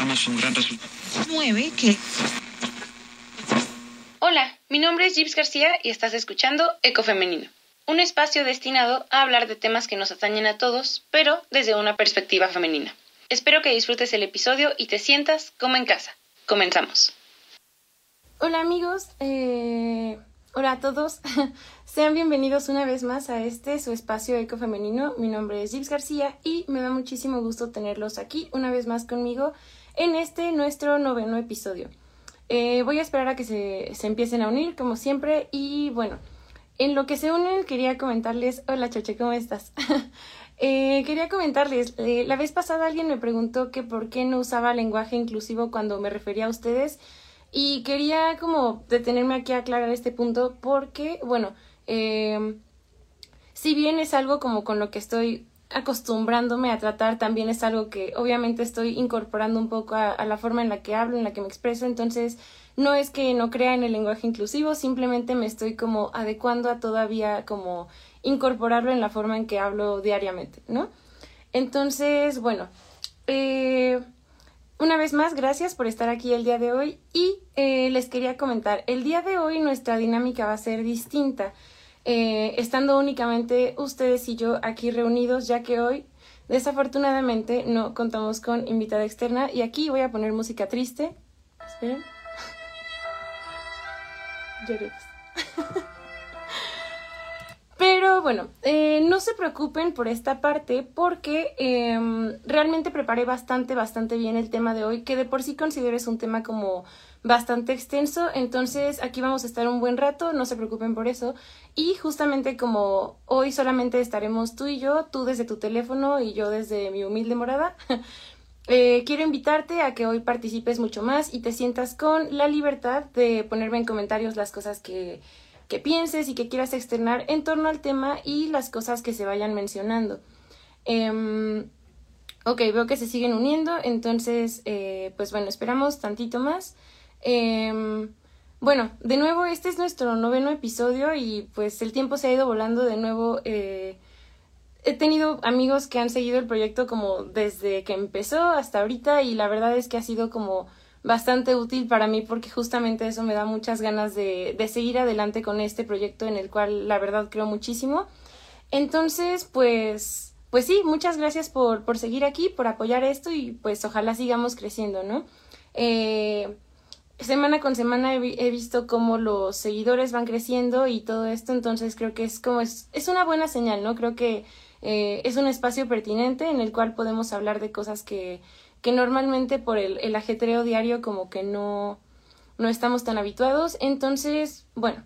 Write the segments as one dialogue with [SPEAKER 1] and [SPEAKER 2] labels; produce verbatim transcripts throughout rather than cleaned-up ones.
[SPEAKER 1] sacamos un gran resultado. Nueve que...
[SPEAKER 2] Hola, mi nombre es Gibbs García y estás escuchando Ecofemenino, un espacio destinado a hablar de temas que nos atañen a todos, pero desde una perspectiva femenina. Espero que disfrutes el episodio y te sientas como en casa. Comenzamos.
[SPEAKER 3] Hola amigos, eh... hola a todos. Sean bienvenidos una vez más a este, su espacio ecofemenino. Mi nombre es Gibbs García y me da muchísimo gusto tenerlos aquí una vez más conmigo en este, nuestro noveno episodio. Eh, voy a esperar a que se, se empiecen a unir, como siempre, y bueno, en lo que se unen quería comentarles... Hola Choche, ¿cómo estás? eh, quería comentarles, eh, la vez pasada alguien me preguntó que por qué no usaba lenguaje inclusivo cuando me refería a ustedes, y quería como detenerme aquí a aclarar este punto porque, bueno, eh, si bien es algo como con lo que estoy acostumbrándome a tratar, también es algo que obviamente estoy incorporando un poco a, a la forma en la que hablo, en la que me expreso. Entonces no es que no crea en el lenguaje inclusivo, simplemente me estoy como adecuando a todavía como incorporarlo en la forma en que hablo diariamente, ¿no? Entonces, bueno, eh, una vez más, gracias por estar aquí el día de hoy y eh, les quería comentar, el día de hoy nuestra dinámica va a ser distinta. Eh, estando únicamente ustedes y yo aquí reunidos, ya que hoy desafortunadamente no contamos con invitada externa, y aquí voy a poner música triste. Esperen. Lloré. Pero bueno, eh, no se preocupen por esta parte porque eh, realmente preparé bastante, bastante bien el tema de hoy, que de por sí considero es un tema como bastante extenso. Entonces aquí vamos a estar un buen rato, no se preocupen por eso. Y justamente como hoy solamente estaremos tú y yo, tú desde tu teléfono y yo desde mi humilde morada, eh, quiero invitarte a que hoy participes mucho más y te sientas con la libertad de ponerme en comentarios las cosas que... que pienses y que quieras externar en torno al tema y las cosas que se vayan mencionando. Eh, ok, veo que se siguen uniendo, entonces, eh, pues bueno, esperamos tantito más. Eh, bueno, de nuevo, este es nuestro noveno episodio y pues el tiempo se ha ido volando de nuevo. Eh, he tenido amigos que han seguido el proyecto como desde que empezó hasta ahorita y la verdad es que ha sido como bastante útil para mí porque justamente eso me da muchas ganas de, de seguir adelante con este proyecto en el cual la verdad creo muchísimo. Entonces, pues, pues sí, muchas gracias por, por seguir aquí, por apoyar esto y pues ojalá sigamos creciendo, ¿no? Eh, semana con semana he, he visto cómo los seguidores van creciendo y todo esto, entonces creo que es como es, es una buena señal, ¿no? Creo que eh, es un espacio pertinente en el cual podemos hablar de cosas que que normalmente por el, el ajetreo diario como que no, no estamos tan habituados. Entonces, bueno,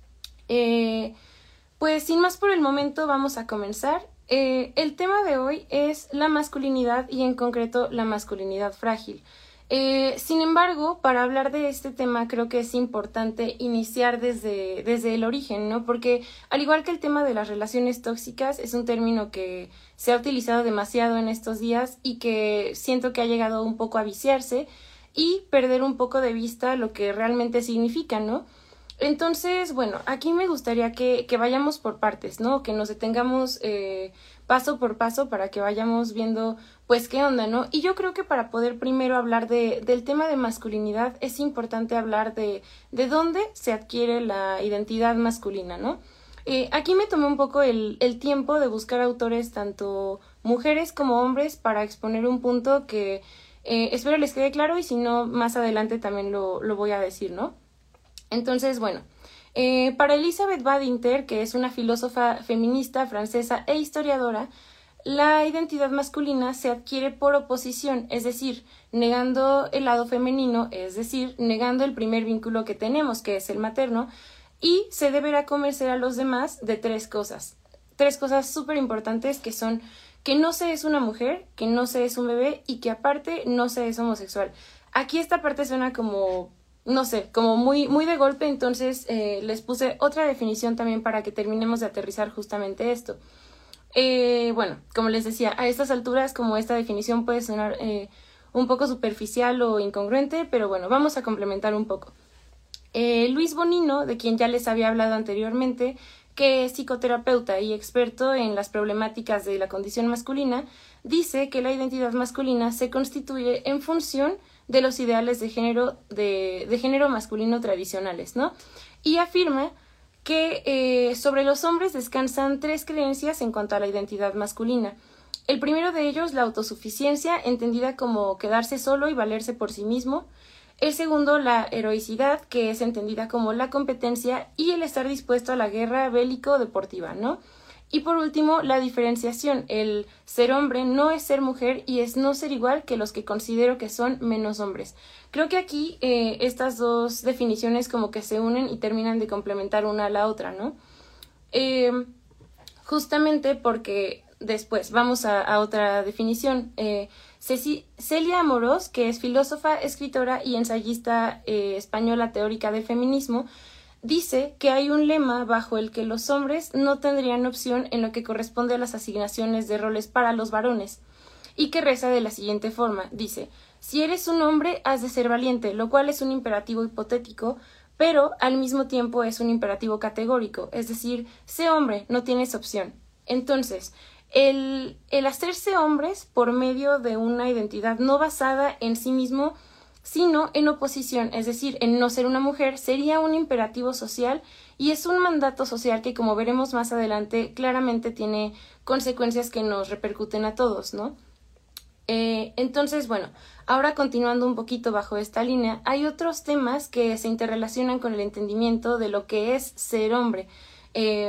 [SPEAKER 3] eh, pues sin más por el momento vamos a comenzar. Eh, el tema de hoy es la masculinidad y en concreto la masculinidad frágil. Eh, sin embargo, para hablar de este tema creo que es importante iniciar desde, desde el origen, ¿no? Porque al igual que el tema de las relaciones tóxicas, es un término que se ha utilizado demasiado en estos días y que siento que ha llegado un poco a viciarse y perder un poco de vista lo que realmente significa, ¿no? Entonces, bueno, aquí me gustaría que, que vayamos por partes, ¿no? Que nos detengamos eh, paso por paso para que vayamos viendo, pues, qué onda, ¿no? Y yo creo que para poder primero hablar de, del tema de masculinidad es importante hablar de, de dónde se adquiere la identidad masculina, ¿no? Eh, aquí me tomé un poco el, el tiempo de buscar autores, tanto mujeres como hombres, para exponer un punto que eh, espero les quede claro y si no, más adelante también lo, lo voy a decir, ¿no? Entonces, bueno, eh, para Elizabeth Badinter, que es una filósofa feminista francesa e historiadora, la identidad masculina se adquiere por oposición, es decir, negando el lado femenino, es decir, negando el primer vínculo que tenemos, que es el materno, y se deberá convencer a los demás de tres cosas. Tres cosas súper importantes que son que no se es una mujer, que no se es un bebé y que aparte no se es homosexual. Aquí esta parte suena como... no sé, como muy, muy de golpe, entonces eh, les puse otra definición también para que terminemos de aterrizar justamente esto. Eh, bueno, como les decía, a estas alturas como esta definición puede sonar eh, un poco superficial o incongruente, pero bueno, vamos a complementar un poco. Eh, Luis Bonino, de quien ya les había hablado anteriormente, que es psicoterapeuta y experto en las problemáticas de la condición masculina, dice que la identidad masculina se constituye en función de los ideales de género, de, de género masculino tradicionales, ¿no? Y afirma que eh, sobre los hombres descansan tres creencias en cuanto a la identidad masculina. El primero de ellos, la autosuficiencia, entendida como quedarse solo y valerse por sí mismo. El segundo, la heroicidad, que es entendida como la competencia y el estar dispuesto a la guerra bélico-deportiva, ¿no? Y por último, la diferenciación. El ser hombre no es ser mujer y es no ser igual que los que considero que son menos hombres. Creo que aquí eh, estas dos definiciones como que se unen y terminan de complementar una a la otra, ¿no? Eh, justamente porque después vamos a, a otra definición. Eh, Ceci- Celia Amorós, que es filósofa, escritora y ensayista eh, española teórica del feminismo, dice que hay un lema bajo el que los hombres no tendrían opción en lo que corresponde a las asignaciones de roles para los varones, y que reza de la siguiente forma. Dice: si eres un hombre, has de ser valiente, lo cual es un imperativo hipotético, pero al mismo tiempo es un imperativo categórico, es decir, sé hombre, no tienes opción. Entonces, el, el hacerse hombres por medio de una identidad no basada en sí mismo, sino en oposición, es decir, en no ser una mujer, sería un imperativo social y es un mandato social que, como veremos más adelante, claramente tiene consecuencias que nos repercuten a todos, ¿no? Eh, entonces, bueno, ahora continuando un poquito bajo esta línea, hay otros temas que se interrelacionan con el entendimiento de lo que es ser hombre. Eh,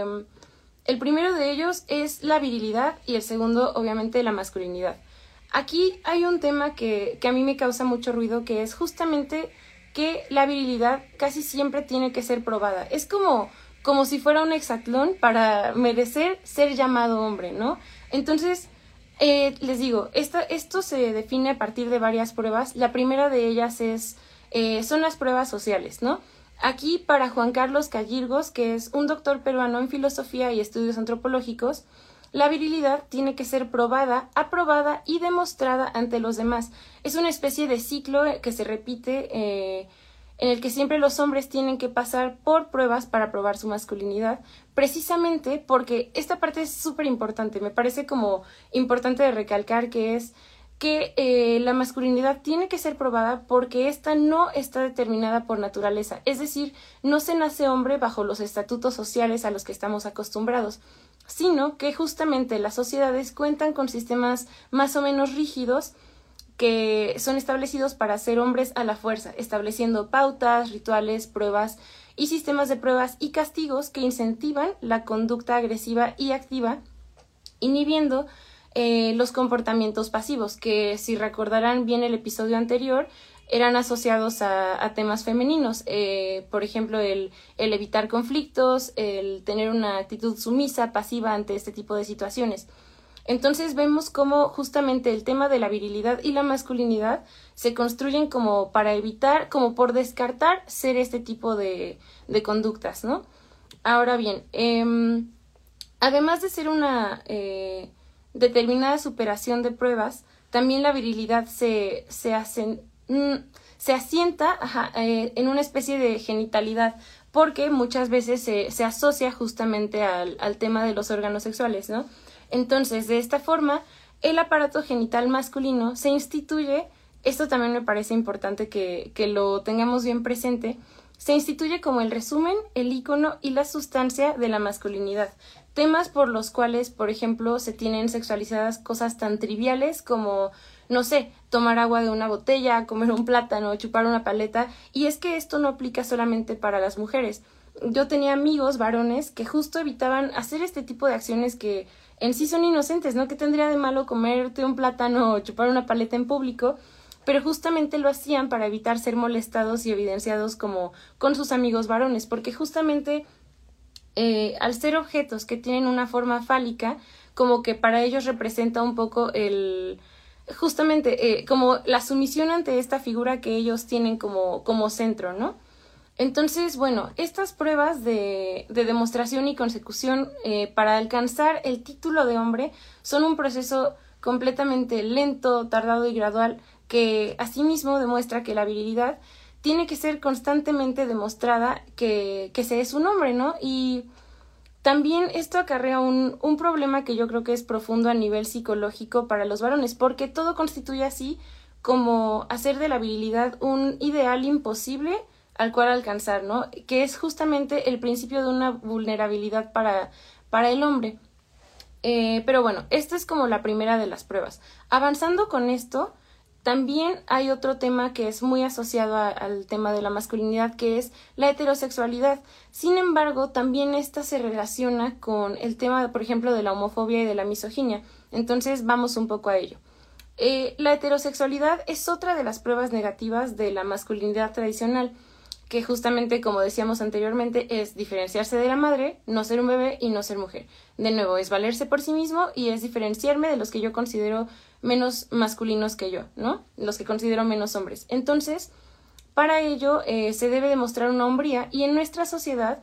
[SPEAKER 3] el primero de ellos es la virilidad y el segundo, obviamente, la masculinidad. Aquí hay un tema que, que a mí me causa mucho ruido, que es justamente que la virilidad casi siempre tiene que ser probada. Es como, como si fuera un hexatlón para merecer ser llamado hombre, ¿no? Entonces, eh, les digo, esta, esto se define a partir de varias pruebas. La primera de ellas es, eh, son las pruebas sociales, ¿no? Aquí, para Juan Carlos Callirgos, que es un doctor peruano en filosofía y estudios antropológicos, la virilidad tiene que ser probada, aprobada y demostrada ante los demás. Es una especie de ciclo que se repite, eh, en el que siempre los hombres tienen que pasar por pruebas para probar su masculinidad, precisamente porque esta parte es súper importante. Me parece como importante de recalcar que es que eh, la masculinidad tiene que ser probada porque esta no está determinada por naturaleza. Es decir, no se nace hombre bajo los estatutos sociales a los que estamos acostumbrados, sino que justamente las sociedades cuentan con sistemas más o menos rígidos que son establecidos para ser hombres a la fuerza, estableciendo pautas, rituales, pruebas y sistemas de pruebas y castigos que incentivan la conducta agresiva y activa, inhibiendo eh, los comportamientos pasivos, que si recordarán bien el episodio anterior, eran asociados a, a temas femeninos, eh, por ejemplo, el, el evitar conflictos, el tener una actitud sumisa, pasiva ante este tipo de situaciones. Entonces vemos cómo justamente el tema de la virilidad y la masculinidad se construyen como para evitar, como por descartar ser este tipo de, de conductas, ¿no? Ahora bien, eh, además de ser una eh, determinada superación de pruebas, también la virilidad se, se hacen... se asienta ajá, eh, en una especie de genitalidad, porque muchas veces se, se asocia justamente al, al tema de los órganos sexuales, ¿no? Entonces, de esta forma, el aparato genital masculino se instituye, esto también me parece importante que, que lo tengamos bien presente, se instituye como el resumen, el ícono y la sustancia de la masculinidad, temas por los cuales, por ejemplo, se tienen sexualizadas cosas tan triviales como, no sé, tomar agua de una botella, comer un plátano, chupar una paleta, y es que esto no aplica solamente para las mujeres. Yo tenía amigos varones que justo evitaban hacer este tipo de acciones que en sí son inocentes, ¿no? ¿Qué tendría de malo comerte un plátano o chupar una paleta en público? Pero justamente lo hacían para evitar ser molestados y evidenciados como con sus amigos varones, porque justamente eh, al ser objetos que tienen una forma fálica, como que para ellos representa un poco el... justamente eh, como la sumisión ante esta figura que ellos tienen como, como centro, ¿no? Entonces, bueno, estas pruebas de, de demostración y consecución eh, para alcanzar el título de hombre son un proceso completamente lento, tardado y gradual, que asimismo demuestra que la virilidad tiene que ser constantemente demostrada que, que se es un hombre, ¿no? Y también esto acarrea un, un problema que yo creo que es profundo a nivel psicológico para los varones, porque todo constituye así como hacer de la virilidad un ideal imposible al cual alcanzar, ¿no? Que es justamente el principio de una vulnerabilidad para, para el hombre. Eh, pero bueno, esta es como la primera de las pruebas. Avanzando con esto, también hay otro tema que es muy asociado a, al tema de la masculinidad, que es la heterosexualidad. Sin embargo, también esta se relaciona con el tema, por ejemplo, de la homofobia y de la misoginia. Entonces, vamos un poco a ello. Eh, la heterosexualidad es otra de las pruebas negativas de la masculinidad tradicional, que justamente, como decíamos anteriormente, es diferenciarse de la madre, no ser un bebé y no ser mujer. De nuevo, es valerse por sí mismo y es diferenciarme de los que yo considero menos masculinos que yo, ¿no? Los que considero menos hombres. Entonces, para ello eh, se debe demostrar una hombría, y en nuestra sociedad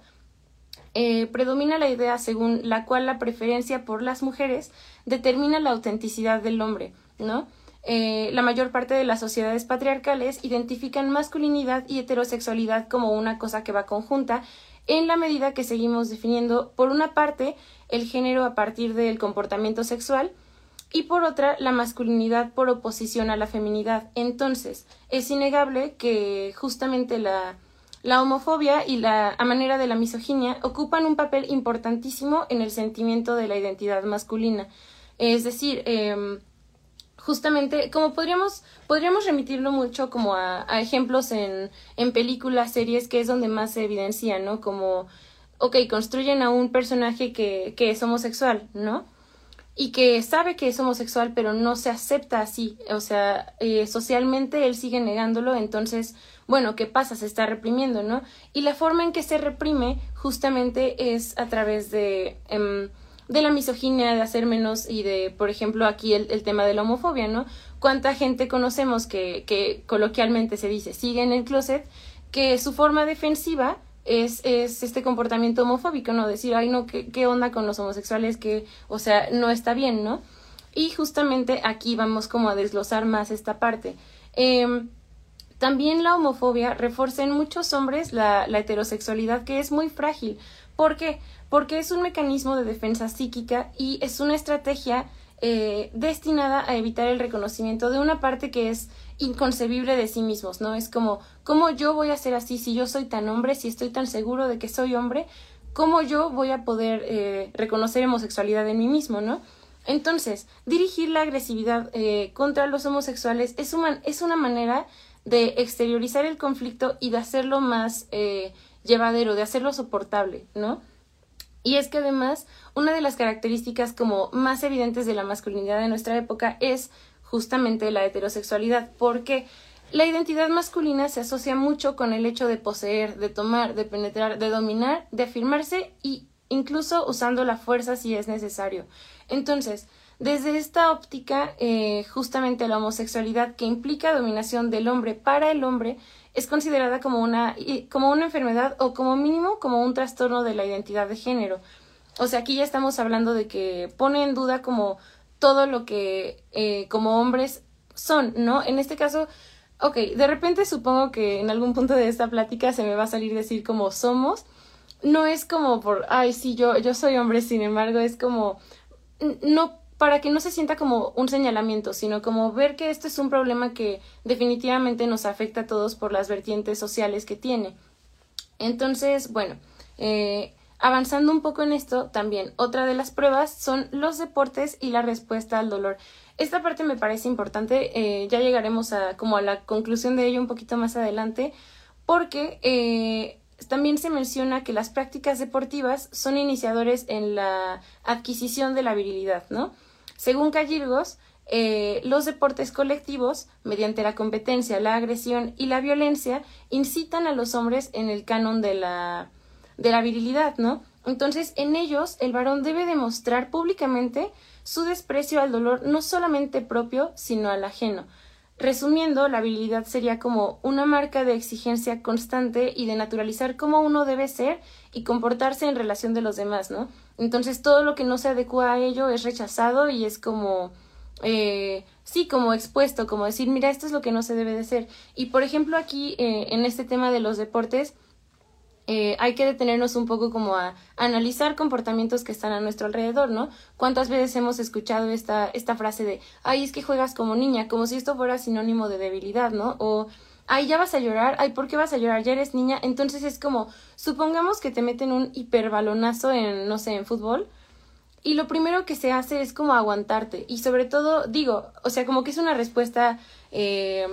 [SPEAKER 3] eh, predomina la idea según la cual la preferencia por las mujeres determina la autenticidad del hombre, ¿no? Eh, la mayor parte de las sociedades patriarcales identifican masculinidad y heterosexualidad como una cosa que va conjunta, en la medida que seguimos definiendo, por una parte, el género a partir del comportamiento sexual y por otra, la masculinidad por oposición a la feminidad. Entonces, es innegable que justamente la, la homofobia y la a manera de la misoginia ocupan un papel importantísimo en el sentimiento de la identidad masculina. Es decir, eh, justamente, como podríamos, podríamos remitirlo mucho como a, a ejemplos en, en películas, series, que es donde más se evidencia, ¿no? Como, ok, construyen a un personaje que, que es homosexual, ¿no? Y que sabe que es homosexual, pero no se acepta así, o sea, eh, socialmente él sigue negándolo, entonces, bueno, ¿qué pasa? Se está reprimiendo, ¿no? Y la forma en que se reprime justamente es a través de... Eh, de la misoginia, de hacer menos y de, por ejemplo, aquí el, el tema de la homofobia, ¿no? ¿Cuánta gente conocemos que, que coloquialmente se dice sigue en el closet, que su forma defensiva es, es este comportamiento homofóbico, ¿no? Decir, ay, no, ¿qué, qué onda con los homosexuales? Que, o sea, no está bien, ¿no? Y justamente aquí vamos como a desglosar más esta parte. Eh, también la homofobia refuerza en muchos hombres la, la heterosexualidad, que es muy frágil. ¿Por qué? Porque es un mecanismo de defensa psíquica y es una estrategia eh, destinada a evitar el reconocimiento de una parte que es inconcebible de sí mismos, ¿no? Es como, ¿cómo yo voy a ser así si yo soy tan hombre, si estoy tan seguro de que soy hombre? ¿Cómo yo voy a poder eh, reconocer homosexualidad en mí mismo, ¿no? Entonces, dirigir la agresividad eh, contra los homosexuales es una, es una manera de exteriorizar el conflicto y de hacerlo más eh, llevadero, de hacerlo soportable, ¿no? Y es que además, una de las características como más evidentes de la masculinidad de nuestra época es justamente la heterosexualidad, porque la identidad masculina se asocia mucho con el hecho de poseer, de tomar, de penetrar, de dominar, de afirmarse y incluso usando la fuerza si es necesario. Entonces, desde esta óptica, eh, justamente la homosexualidad, que implica dominación del hombre para el hombre, es considerada como una, como una enfermedad o como mínimo como un trastorno de la identidad de género. O sea, aquí ya estamos hablando de que pone en duda como todo lo que eh, como hombres son, ¿no? En este caso, ok, de repente supongo que en algún punto de esta plática se me va a salir decir como somos. No es como por, ay, sí, yo, yo soy hombre, sin embargo, es como, no, para que no se sienta como un señalamiento, sino como ver que esto es un problema que definitivamente nos afecta a todos por las vertientes sociales que tiene. Entonces, bueno, eh, avanzando un poco en esto, también otra de las pruebas son los deportes y la respuesta al dolor. Esta parte me parece importante, eh, ya llegaremos a como a la conclusión de ello un poquito más adelante, porque eh, también se menciona que las prácticas deportivas son iniciadores en la adquisición de la virilidad, ¿no? Según Callirgos, eh, los deportes colectivos, mediante la competencia, la agresión y la violencia, incitan a los hombres en el canon de la, de la virilidad, ¿no? Entonces, en ellos, el varón debe demostrar públicamente su desprecio al dolor, no solamente propio, sino al ajeno. Resumiendo, la virilidad sería como una marca de exigencia constante y de naturalizar cómo uno debe ser y comportarse en relación de los demás, ¿no? Entonces, todo lo que no se adecua a ello es rechazado y es como, eh, sí, como expuesto, como decir, mira, esto es lo que no se debe de ser. Y, por ejemplo, aquí, eh, en este tema de los deportes, Eh, hay que detenernos un poco como a, a analizar comportamientos que están a nuestro alrededor, ¿no? ¿Cuántas veces hemos escuchado esta, esta frase de, ay, es que juegas como niña, como si esto fuera sinónimo de debilidad, ¿no? O, ay, ya vas a llorar, ay, ¿por qué vas a llorar? Ya eres niña. Entonces es como, supongamos que te meten un hiperbalonazo en, no sé, en fútbol, y lo primero que se hace es como aguantarte, y sobre todo, digo, o sea, como que es una respuesta eh,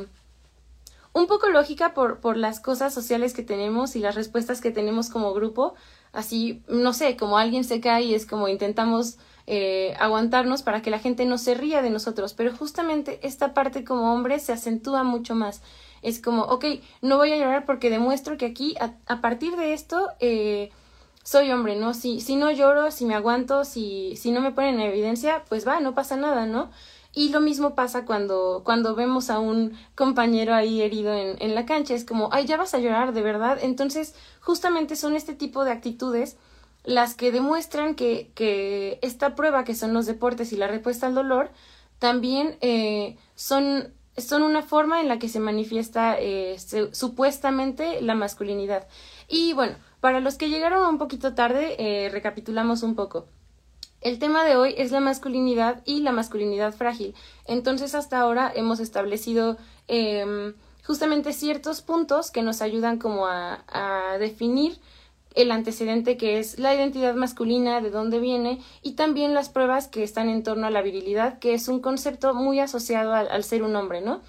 [SPEAKER 3] un poco lógica por, por las cosas sociales que tenemos y las respuestas que tenemos como grupo, así, no sé, como alguien se cae y es como intentamos eh, aguantarnos para que la gente no se ría de nosotros, pero justamente esta parte como hombre se acentúa mucho más. Es como, ok, no voy a llorar porque demuestro que aquí, a, a partir de esto, eh, soy hombre, ¿no? Si, si no lloro, si me aguanto, si, si no me ponen en evidencia, pues va, no pasa nada, ¿no? Y lo mismo pasa cuando, cuando vemos a un compañero ahí herido en, en la cancha. Es como, ay, ya vas a llorar, ¿de verdad? Entonces, justamente son este tipo de actitudes las que demuestran que, que esta prueba que son los deportes y la respuesta al dolor también eh, son, son una forma en la que se manifiesta eh, se, supuestamente la masculinidad. Y bueno, para los que llegaron un poquito tarde, eh, recapitulamos un poco. El tema de hoy es la masculinidad y la masculinidad frágil. Entonces, hasta ahora hemos establecido eh, justamente ciertos puntos que nos ayudan como a, a definir el antecedente que es la identidad masculina, de dónde viene, y también las pruebas que están en torno a la virilidad, que es un concepto muy asociado al, al ser un hombre, ¿no?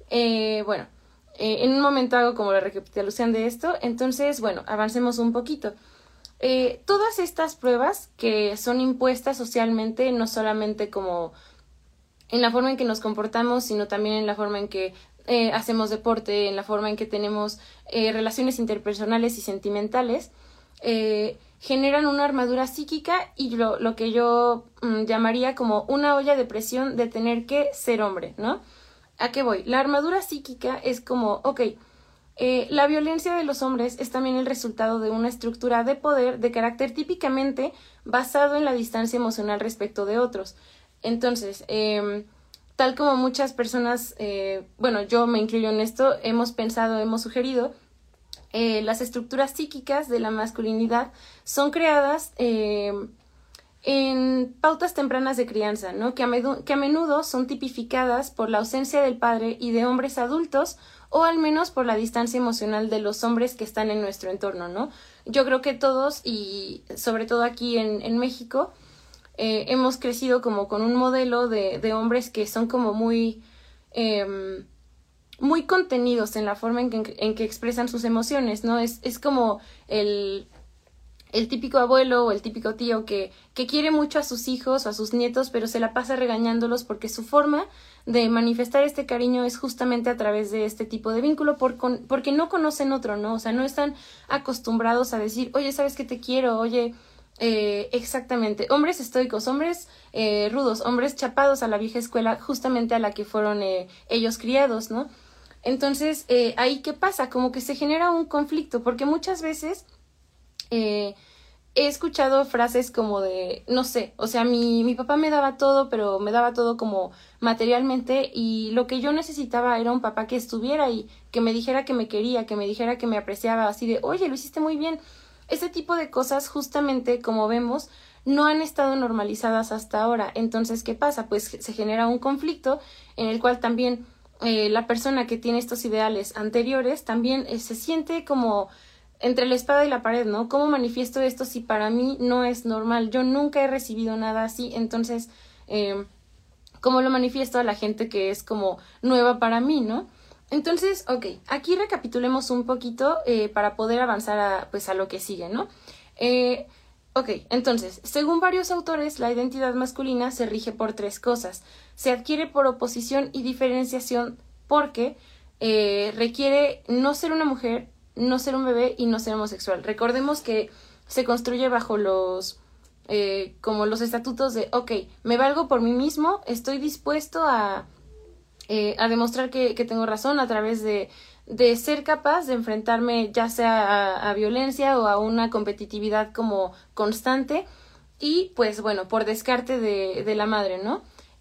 [SPEAKER 3] Eh, bueno, eh, en un momento hago como la recapitulación de esto. Entonces, bueno, avancemos un poquito. Eh, todas estas pruebas que son impuestas socialmente, no solamente como en la forma en que nos comportamos, sino también en la forma en que eh, hacemos deporte, en la forma en que tenemos eh, relaciones interpersonales y sentimentales, eh, generan una armadura psíquica y lo, lo que yo mm, llamaría como una olla de presión de tener que ser hombre, ¿no? ¿A qué voy? La armadura psíquica es como, ok, Eh, la violencia de los hombres es también el resultado de una estructura de poder de carácter típicamente basado en la distancia emocional respecto de otros. Entonces, eh, tal como muchas personas, eh, bueno, yo me incluyo en esto, hemos pensado, hemos sugerido, eh, las estructuras psíquicas de la masculinidad son creadas eh, en pautas tempranas de crianza, ¿no? Que a, medu- que a menudo son tipificadas por la ausencia del padre y de hombres adultos, o al menos por la distancia emocional de los hombres que están en nuestro entorno, ¿no? Yo creo que todos, y sobre todo aquí en, en México, eh, hemos crecido como con un modelo de, de hombres que son como muy, eh, muy contenidos en la forma en que, en que expresan sus emociones, ¿no? Es, es como el... el típico abuelo o el típico tío que, que quiere mucho a sus hijos o a sus nietos, pero se la pasa regañándolos porque su forma de manifestar este cariño es justamente a través de este tipo de vínculo, por con, porque no conocen otro, ¿no? O sea, no están acostumbrados a decir, oye, ¿sabes qué te quiero? Oye, eh, exactamente, hombres estoicos, hombres eh, rudos, hombres chapados a la vieja escuela, justamente a la que fueron eh, ellos criados, ¿no? Entonces, eh, ahí, ¿qué pasa? Como que se genera un conflicto, porque muchas veces Eh, he escuchado frases como de, no sé, o sea, mi, mi papá me daba todo, pero me daba todo como materialmente, y lo que yo necesitaba era un papá que estuviera ahí, que me dijera que me quería, que me dijera que me apreciaba, así de, oye, lo hiciste muy bien. Ese tipo de cosas, justamente, como vemos, no han estado normalizadas hasta ahora. Entonces, ¿qué pasa? Pues se genera un conflicto en el cual también eh, la persona que tiene estos ideales anteriores también eh, se siente como entre la espada y la pared, ¿no? ¿Cómo manifiesto esto si para mí no es normal? Yo nunca he recibido nada así, entonces, eh, ¿cómo lo manifiesto a la gente que es como nueva para mí, ¿no? Entonces, ok, aquí recapitulemos un poquito eh, para poder avanzar a, pues, a lo que sigue, ¿no? Eh, ok, entonces, según varios autores, la identidad masculina se rige por tres cosas. Se adquiere por oposición y diferenciación porque eh, requiere no ser una mujer, no ser un bebé y no ser homosexual. Recordemos que se construye bajo los eh, como los estatutos de, ok, me valgo por mí mismo, estoy dispuesto a, eh, a demostrar que, que tengo razón a través de, de ser capaz de enfrentarme ya sea a, a violencia o a una competitividad como constante, y pues bueno, por descarte de, de la madre, ¿no?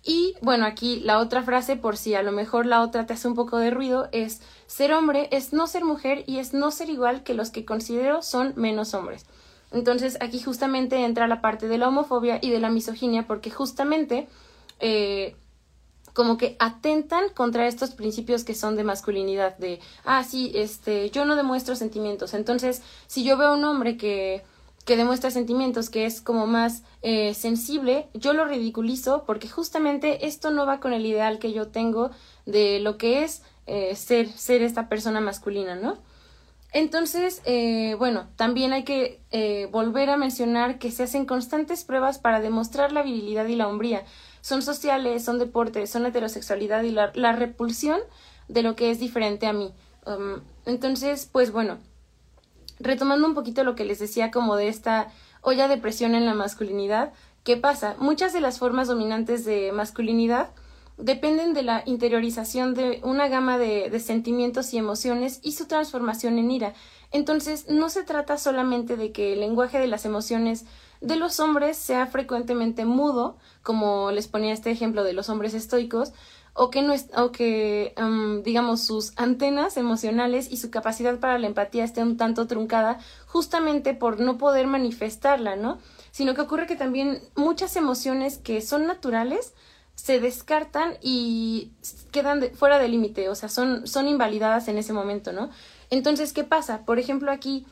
[SPEAKER 3] Y bueno, aquí la otra frase, por si a lo mejor la otra te hace un poco de ruido, es ser hombre es no ser mujer y es no ser igual que los que considero son menos hombres. Entonces aquí justamente entra la parte de la homofobia y de la misoginia, porque justamente eh, como que atentan contra estos principios que son de masculinidad, de, ah, sí, este, yo no demuestro sentimientos. Entonces, si yo veo a un hombre que, que demuestra sentimientos, que es como más eh, sensible, yo lo ridiculizo porque justamente esto no va con el ideal que yo tengo de lo que es eh, ser, ser esta persona masculina, ¿no? Entonces, eh, bueno, también hay que eh, volver a mencionar que se hacen constantes pruebas para demostrar la virilidad y la hombría. Son sociales, son deportes, son heterosexualidad y la, la repulsión de lo que es diferente a mí. Um, entonces, pues bueno, retomando un poquito lo que les decía como de esta olla de presión en la masculinidad, ¿qué pasa? Muchas de las formas dominantes de masculinidad dependen de la interiorización de una gama de, de sentimientos y emociones y su transformación en ira. Entonces, no se trata solamente de que el lenguaje de las emociones de los hombres sea frecuentemente mudo, como les ponía este ejemplo de los hombres estoicos, o que, no es, o que um, digamos, sus antenas emocionales y su capacidad para la empatía esté un tanto truncada, justamente por no poder manifestarla, ¿no? Sino que ocurre que también muchas emociones que son naturales se descartan y quedan de, fuera del límite, o sea, son, son invalidadas en ese momento, ¿no? Entonces, ¿qué pasa? Por ejemplo, aquí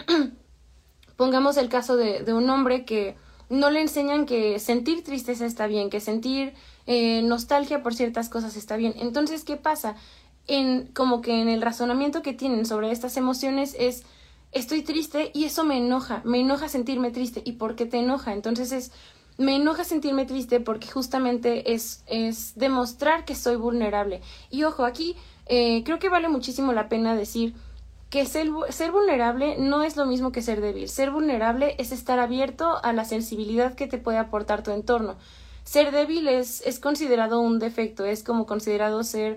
[SPEAKER 3] pongamos el caso de, de un hombre que no le enseñan que sentir tristeza está bien, que sentir eh, nostalgia por ciertas cosas está bien. Entonces, ¿qué pasa? En, como que en el razonamiento que tienen sobre estas emociones es, estoy triste y eso me enoja, me enoja sentirme triste. ¿Y por qué te enoja? Entonces es, me enoja sentirme triste porque justamente es, es demostrar que soy vulnerable. Y ojo, aquí eh, creo que vale muchísimo la pena decir que ser, ser vulnerable no es lo mismo que ser débil. Ser vulnerable es estar abierto a la sensibilidad que te puede aportar tu entorno. Ser débil es, es considerado un defecto, es como considerado ser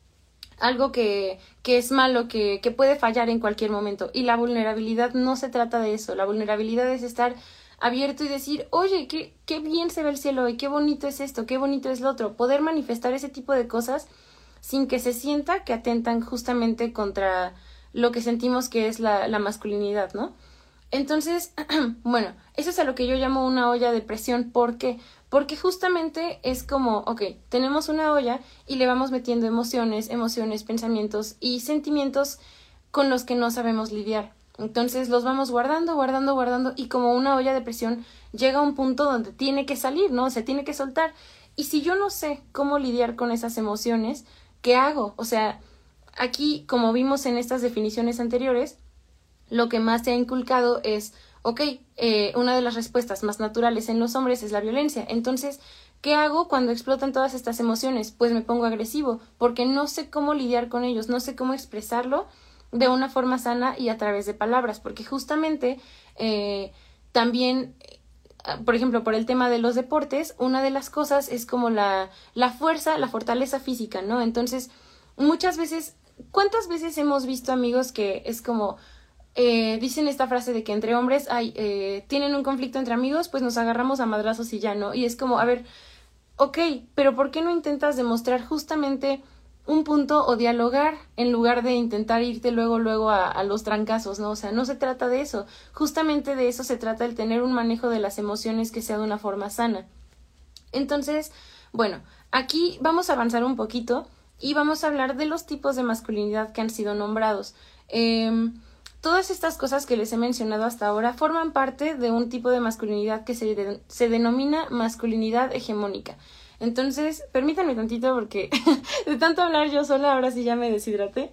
[SPEAKER 3] algo que, que es malo, que, que puede fallar en cualquier momento. Y la vulnerabilidad no se trata de eso. La vulnerabilidad es estar abierto y decir, oye, qué, qué bien se ve el cielo hoy, qué bonito es esto, qué bonito es lo otro. Poder manifestar ese tipo de cosas sin que se sienta que atentan justamente contra lo que sentimos que es la, la masculinidad, ¿no? Entonces, bueno, eso es a lo que yo llamo una olla de presión. ¿Por qué? Porque justamente es como, ok, tenemos una olla y le vamos metiendo emociones, emociones, pensamientos y sentimientos con los que no sabemos lidiar. Entonces los vamos guardando, guardando, guardando y como una olla de presión llega a un punto donde tiene que salir, ¿no? Se tiene que soltar. Y si yo no sé cómo lidiar con esas emociones, ¿qué hago? O sea, aquí, como vimos en estas definiciones anteriores, lo que más se ha inculcado es, ok, eh, una de las respuestas más naturales en los hombres es la violencia. Entonces, ¿qué hago cuando explotan todas estas emociones? Pues me pongo agresivo, porque no sé cómo lidiar con ellos, no sé cómo expresarlo de una forma sana y a través de palabras, porque justamente eh, también, por ejemplo, por el tema de los deportes, una de las cosas es como la, la fuerza, la fortaleza física, ¿no? Entonces, muchas veces, ¿cuántas veces hemos visto amigos que es como, eh, dicen esta frase de que entre hombres hay, eh, tienen un conflicto entre amigos, pues nos agarramos a madrazos y ya, ¿no? Y es como, a ver, ok, pero ¿por qué no intentas demostrar justamente un punto o dialogar en lugar de intentar irte luego, luego a, a los trancazos, ¿no? O sea, no se trata de eso. Justamente de eso se trata el tener un manejo de las emociones que sea de una forma sana. Entonces, bueno, aquí vamos a avanzar un poquito y vamos a hablar de los tipos de masculinidad que han sido nombrados. Eh, todas estas cosas que les he mencionado hasta ahora forman parte de un tipo de masculinidad que se, de, se denomina masculinidad hegemónica. Entonces, permítanme tantito porque de tanto hablar yo sola, ahora sí ya me deshidraté.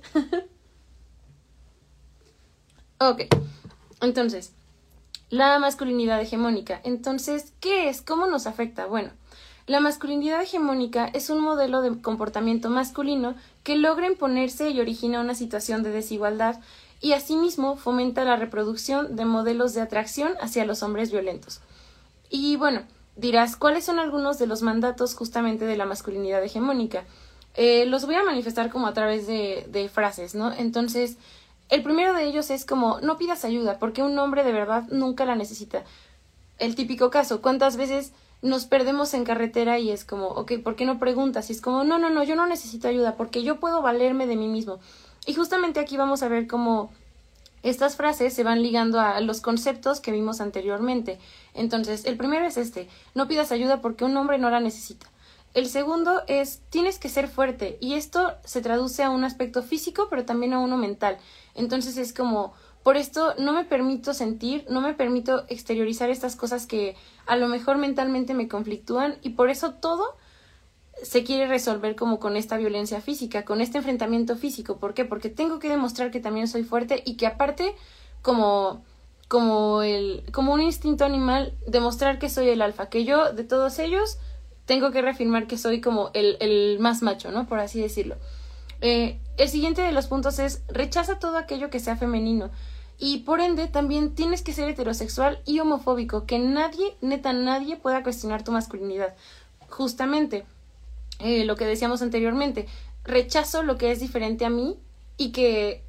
[SPEAKER 3] Ok, entonces, la masculinidad hegemónica. Entonces, ¿qué es? ¿Cómo nos afecta? Bueno, la masculinidad hegemónica es un modelo de comportamiento masculino que logra imponerse y origina una situación de desigualdad y asimismo fomenta la reproducción de modelos de atracción hacia los hombres violentos. Y bueno, dirás, ¿cuáles son algunos de los mandatos justamente de la masculinidad hegemónica? Eh, los voy a manifestar como a través de, de frases, ¿no? Entonces, el primero de ellos es como, no pidas ayuda, porque un hombre de verdad nunca la necesita. El típico caso, ¿cuántas veces nos perdemos en carretera y es como, ok, ¿por qué no preguntas? Y es como, no, no, no, yo no necesito ayuda porque yo puedo valerme de mí mismo. Y justamente aquí vamos a ver cómo estas frases se van ligando a los conceptos que vimos anteriormente. Entonces, el primero es este, no pidas ayuda porque un hombre no la necesita. El segundo es, tienes que ser fuerte, y esto se traduce a un aspecto físico, pero también a uno mental. Entonces es como, por esto no me permito sentir, no me permito exteriorizar estas cosas que a lo mejor mentalmente me conflictúan, y por eso todo se quiere resolver como con esta violencia física, con este enfrentamiento físico. ¿Por qué? Porque tengo que demostrar que también soy fuerte y que aparte, como, como, el, como un instinto animal, demostrar que soy el alfa, que yo de todos ellos tengo que reafirmar que soy como el, el más macho, ¿no? Por así decirlo. Eh, el siguiente de los puntos es, rechaza todo aquello que sea femenino. Y por ende también tienes que ser heterosexual y homofóbico, que nadie, neta nadie pueda cuestionar tu masculinidad. Justamente, eh, lo que decíamos anteriormente, rechazo lo que es diferente a mí y que,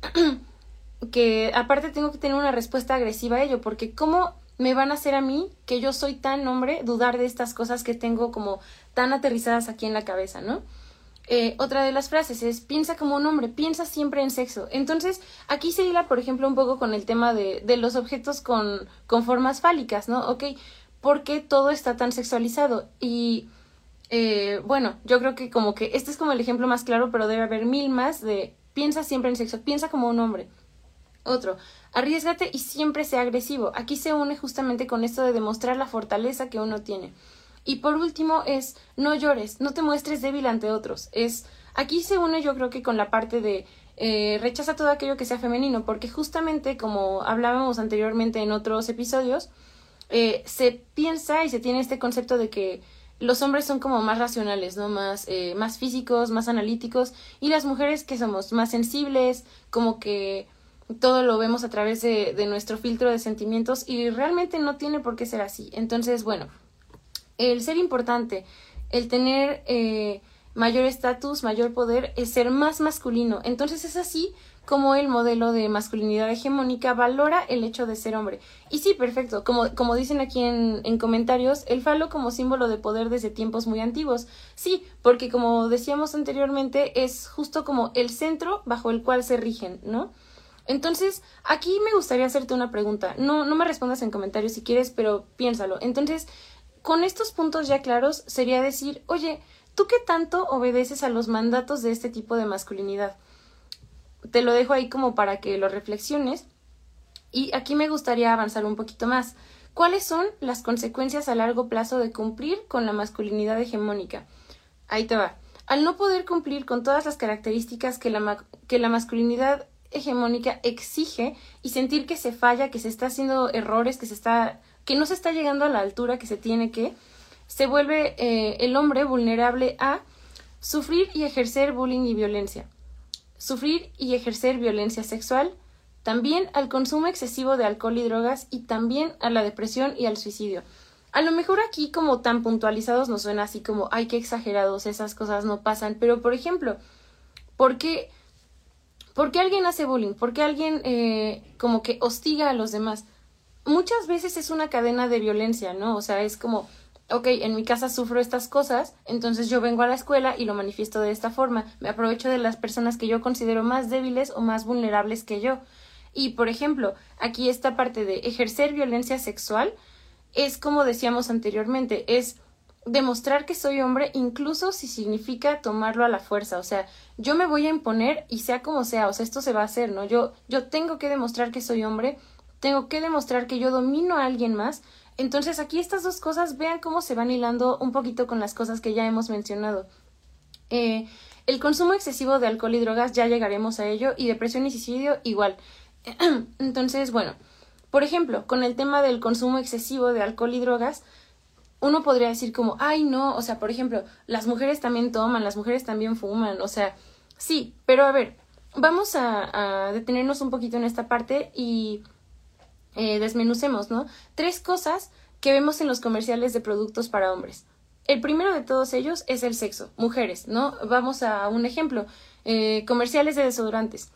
[SPEAKER 3] que aparte tengo que tener una respuesta agresiva a ello, porque ¿cómo me van a hacer a mí, que yo soy tan hombre, dudar de estas cosas que tengo como tan aterrizadas aquí en la cabeza, ¿no? Eh, otra de las frases es, piensa como un hombre, piensa siempre en sexo. Entonces, aquí se hila, por ejemplo, un poco con el tema de, de los objetos con, con formas fálicas, ¿no? Ok, ¿por qué todo está tan sexualizado? Y, eh, bueno, yo creo que como que este es como el ejemplo más claro, pero debe haber mil más de, piensa siempre en sexo, piensa como un hombre. Otro, arriésgate y siempre sea agresivo. Aquí se une justamente con esto de demostrar la fortaleza que uno tiene. Y por último es, no llores, no te muestres débil ante otros. Es, aquí se une yo creo que con la parte de eh, rechaza todo aquello que sea femenino, porque justamente como hablábamos anteriormente en otros episodios, eh, se piensa y se tiene este concepto de que los hombres son como más racionales, ¿no? Más, eh, más físicos, más analíticos, y las mujeres que somos más sensibles, como que todo lo vemos a través de, de nuestro filtro de sentimientos, y realmente no tiene por qué ser así. Entonces, bueno, el ser importante, el tener eh, mayor estatus, mayor poder, es ser más masculino. Entonces es así como el modelo de masculinidad hegemónica valora el hecho de ser hombre. Y sí, perfecto, como, como dicen aquí en, en comentarios, el falo como símbolo de poder desde tiempos muy antiguos. Sí, porque como decíamos anteriormente, es justo como el centro bajo el cual se rigen, ¿no? Entonces, aquí me gustaría hacerte una pregunta. No, no me respondas en comentarios si quieres, pero piénsalo. Entonces, con estos puntos ya claros, sería decir, oye, ¿tú qué tanto obedeces a los mandatos de este tipo de masculinidad? Te lo dejo ahí como para que lo reflexiones. Y aquí me gustaría avanzar un poquito más. ¿Cuáles son las consecuencias a largo plazo de cumplir con la masculinidad hegemónica? Ahí te va. Al no poder cumplir con todas las características que la, ma- que la masculinidad hegemónica exige y sentir que se falla, que se está haciendo errores, que se está, que no se está llegando a la altura que se tiene que, se vuelve eh, el hombre vulnerable a sufrir y ejercer bullying y violencia, sufrir y ejercer violencia sexual, también al consumo excesivo de alcohol y drogas y también a la depresión y al suicidio. A lo mejor aquí como tan puntualizados nos suena así como, ay, qué exagerados, esas cosas no pasan, pero por ejemplo, ¿por qué ¿Por qué alguien hace bullying? ¿Por qué alguien eh, como que hostiga a los demás? Muchas veces es una cadena de violencia, ¿no? O sea, es como, ok, en mi casa sufro estas cosas, entonces yo vengo a la escuela y lo manifiesto de esta forma. Me aprovecho de las personas que yo considero más débiles o más vulnerables que yo. Y, por ejemplo, aquí esta parte de ejercer violencia sexual es como decíamos anteriormente, es demostrar que soy hombre incluso si significa tomarlo a la fuerza, o sea, yo me voy a imponer y sea como sea, o sea, esto se va a hacer, ¿no? Yo, yo tengo que demostrar que soy hombre, tengo que demostrar que yo domino a alguien más. Entonces aquí estas dos cosas, vean cómo se van hilando un poquito con las cosas que ya hemos mencionado. Eh, el consumo excesivo de alcohol y drogas, ya llegaremos a ello, y depresión y suicidio igual. Entonces, bueno, por ejemplo, con el tema del consumo excesivo de alcohol y drogas, uno podría decir como, ay, no, o sea, por ejemplo, las mujeres también toman, las mujeres también fuman, o sea, sí, pero a ver, vamos a, a detenernos un poquito en esta parte y eh, desmenucemos, ¿no? Tres cosas que vemos en los comerciales de productos para hombres. El primero de todos ellos es el sexo, mujeres, ¿no? Vamos a un ejemplo, eh, comerciales de desodorantes.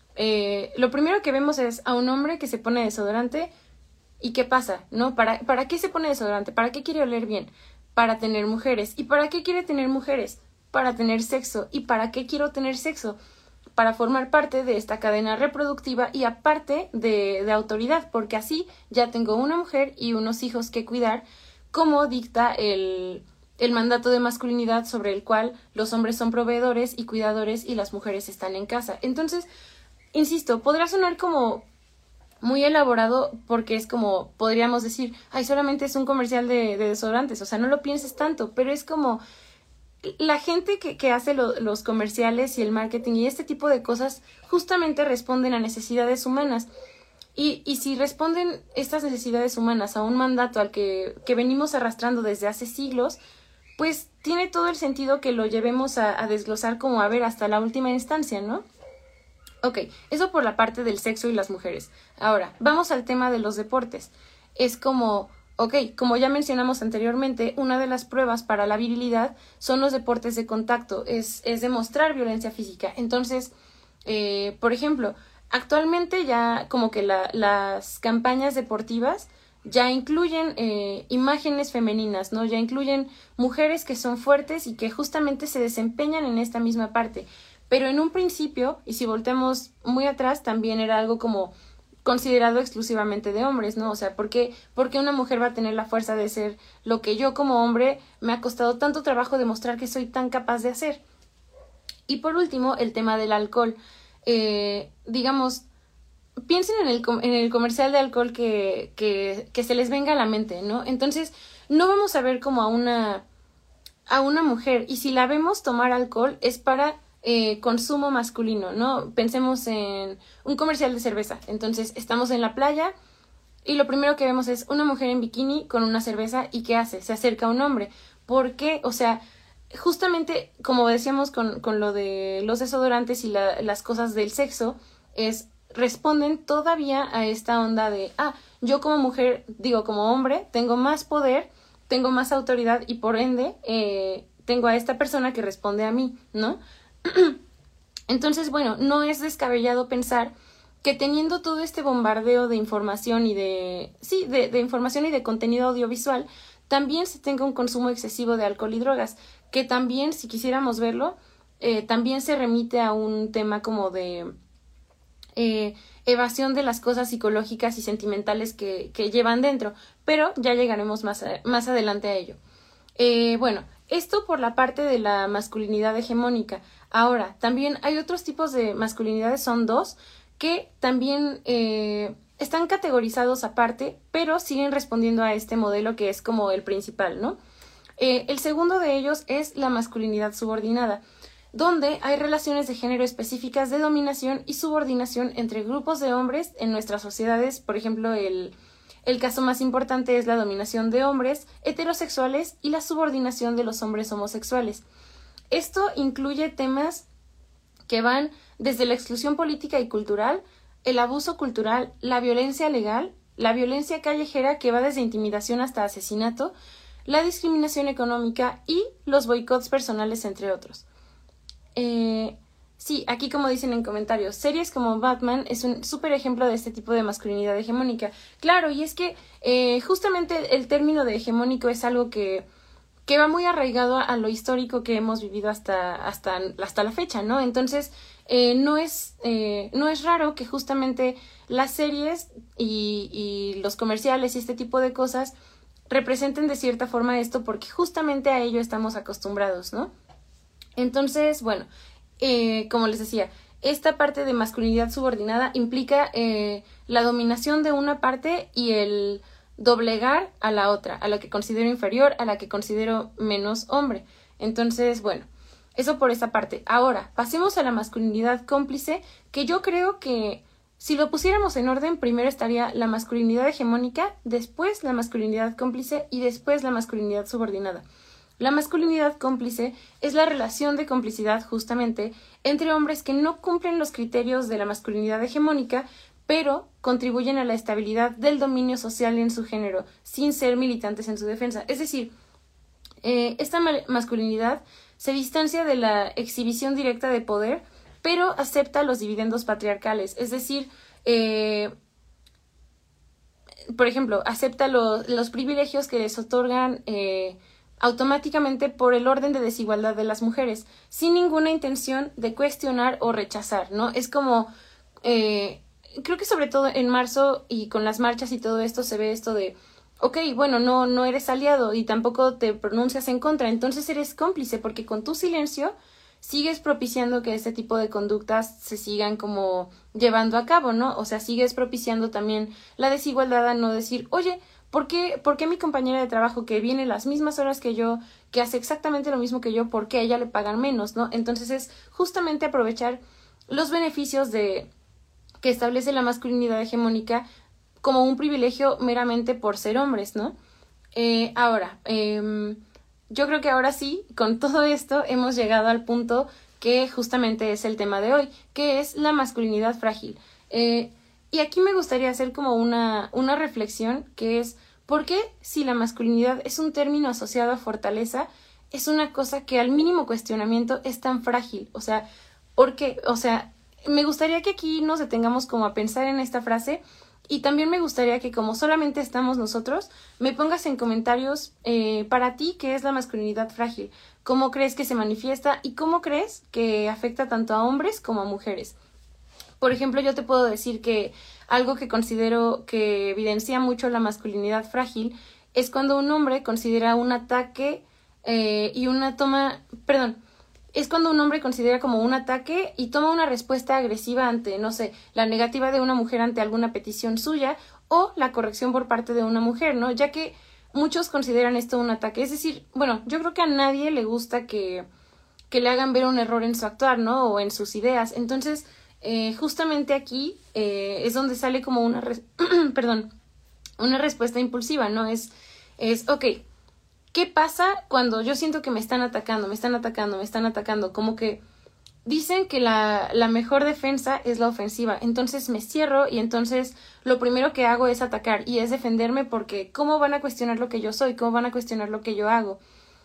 [SPEAKER 3] Eh, lo primero que vemos es a un hombre que se pone desodorante. ¿Y qué pasa? ¿No? ¿Para, ¿Para qué se pone desodorante? ¿Para qué quiere oler bien? para tener mujeres. ¿Y para qué quiere tener mujeres? Para tener sexo. ¿Y para qué quiero tener sexo? Para formar parte de esta cadena reproductiva y aparte de, de autoridad, porque así ya tengo una mujer y unos hijos que cuidar, como dicta el, el mandato de masculinidad sobre el cual los hombres son proveedores y cuidadores y las mujeres están en casa. Entonces, insisto, podrá sonar como muy elaborado porque es como, podríamos decir, ay, solamente es un comercial de, de desodorantes, o sea, no lo pienses tanto, pero es como la gente que, que hace lo, los comerciales y el marketing y este tipo de cosas justamente responden a necesidades humanas. Y, y si responden estas necesidades humanas a un mandato al que, que venimos arrastrando desde hace siglos, pues tiene todo el sentido que lo llevemos a, a desglosar como a ver hasta la última instancia, ¿no? Ok, eso por la parte del sexo y las mujeres. Ahora, vamos al tema de los deportes. Es como... Ok, como ya mencionamos anteriormente, una de las pruebas para la virilidad son los deportes de contacto, es, es demostrar violencia física. Entonces, eh, por ejemplo, actualmente ya como que la, las campañas deportivas ya incluyen eh, imágenes femeninas, ¿no? Ya incluyen mujeres que son fuertes y que justamente se desempeñan en esta misma parte. Pero en un principio, y si volteamos muy atrás, también era algo como considerado exclusivamente de hombres, ¿no? O sea, ¿por qué, ¿por qué una mujer va a tener la fuerza de ser lo que yo como hombre me ha costado tanto trabajo demostrar que soy tan capaz de hacer? Y por último, el tema del alcohol. Eh, digamos, piensen en el, en el comercial de alcohol que, que, que se les venga a la mente, ¿no? Entonces, no vamos a ver como a una, a una mujer, y si la vemos tomar alcohol es para Eh, consumo masculino, ¿no? Pensemos en un comercial de cerveza. Entonces, estamos en la playa y lo primero que vemos es una mujer en bikini con una cerveza. ¿Y qué hace? Se acerca a un hombre. ¿Por qué? O sea, justamente como decíamos con, con lo de los desodorantes y la, las cosas del sexo, es responden todavía a esta onda de, ah, yo como mujer, digo, como hombre, tengo más poder, tengo más autoridad y por ende eh, tengo a esta persona que responde a mí, ¿no? Entonces, bueno, no es descabellado pensar que teniendo todo este bombardeo de información y de, sí, de, de información y de contenido audiovisual, también se tenga un consumo excesivo de alcohol y drogas, que también, si quisiéramos verlo, eh, también se remite a un tema como de eh, evasión de las cosas psicológicas y sentimentales que, que llevan dentro, pero ya llegaremos más, a, más adelante a ello. Eh, bueno, esto por la parte de la masculinidad hegemónica. Ahora, también hay otros tipos de masculinidades, son dos, que también eh, están categorizados aparte, pero siguen respondiendo a este modelo que es como el principal, ¿no? Eh, el segundo de ellos es la masculinidad subordinada, donde hay relaciones de género específicas de dominación y subordinación entre grupos de hombres en nuestras sociedades. Por ejemplo, el... El caso más importante es la dominación de hombres heterosexuales y la subordinación de los hombres homosexuales. Esto incluye temas que van desde la exclusión política y cultural, el abuso cultural, la violencia legal, la violencia callejera que va desde intimidación hasta asesinato, la discriminación económica y los boicots personales, entre otros. Eh, Sí, aquí como dicen en comentarios, series como Batman es un súper ejemplo de este tipo de masculinidad hegemónica. Claro, y es que eh, justamente el término de hegemónico es algo que, que va muy arraigado a lo histórico que hemos vivido hasta, hasta, hasta la fecha, ¿no? Entonces, eh, no, es, eh, no es raro que justamente las series y, y los comerciales y este tipo de cosas representen de cierta forma esto porque justamente a ello estamos acostumbrados, ¿no? Entonces, bueno... Eh, como les decía, esta parte de masculinidad subordinada implica eh, la dominación de una parte y el doblegar a la otra, a la que considero inferior, a la que considero menos hombre. Entonces, bueno, eso por esa parte. Ahora, pasemos a la masculinidad cómplice, que yo creo que si lo pusiéramos en orden, primero estaría la masculinidad hegemónica, después la masculinidad cómplice y después la masculinidad subordinada. La masculinidad cómplice es la relación de complicidad justamente entre hombres que no cumplen los criterios de la masculinidad hegemónica, pero contribuyen a la estabilidad del dominio social en su género, sin ser militantes en su defensa. Es decir, eh, esta ma- masculinidad se distancia de la exhibición directa de poder, pero acepta los dividendos patriarcales. Es decir, eh, por ejemplo, acepta lo, los privilegios que les otorgan... Eh, automáticamente por el orden de desigualdad de las mujeres, sin ninguna intención de cuestionar o rechazar, ¿no? Es como, eh, creo que sobre todo en marzo y con las marchas y todo esto se ve esto de, ok, bueno, no, no eres aliado y tampoco te pronuncias en contra, entonces eres cómplice porque con tu silencio sigues propiciando que este tipo de conductas se sigan como llevando a cabo, ¿no? O sea, sigues propiciando también la desigualdad a no decir, oye, ¿por qué, ¿por qué mi compañera de trabajo que viene las mismas horas que yo, que hace exactamente lo mismo que yo, por qué a ella le pagan menos, ¿no? Entonces es justamente aprovechar los beneficios de que establece la masculinidad hegemónica como un privilegio meramente por ser hombres, ¿no? Eh, ahora, eh, yo creo que ahora sí, con todo esto, hemos llegado al punto que justamente es el tema de hoy, que es la masculinidad frágil. Eh, y aquí me gustaría hacer como una, una reflexión, que es, ¿por qué si la masculinidad es un término asociado a fortaleza, es una cosa que al mínimo cuestionamiento es tan frágil? O sea, ¿por qué? O sea, me gustaría que aquí nos detengamos como a pensar en esta frase. Y también me gustaría que como solamente estamos nosotros, me pongas en comentarios eh, para ti qué es la masculinidad frágil, cómo crees que se manifiesta y cómo crees que afecta tanto a hombres como a mujeres. Por ejemplo, yo te puedo decir que algo que considero que evidencia mucho la masculinidad frágil es cuando un hombre considera un ataque eh, y una toma, perdón, es cuando un hombre considera como un ataque y toma una respuesta agresiva ante, no sé, la negativa de una mujer ante alguna petición suya o la corrección por parte de una mujer, ¿no? Ya que muchos consideran esto un ataque. Es decir, bueno, yo creo que a nadie le gusta que, que le hagan ver un error en su actuar, ¿no? O en sus ideas. Entonces, eh, justamente aquí eh, es donde sale como una, res perdón, una respuesta impulsiva, ¿no? Es, es, ok, ¿qué pasa cuando yo siento que me están atacando, me están atacando, me están atacando? Como que dicen que la, la mejor defensa es la ofensiva. Entonces me cierro y entonces lo primero que hago es atacar y es defenderme porque ¿cómo van a cuestionar lo que yo soy? ¿Cómo van a cuestionar lo que yo hago?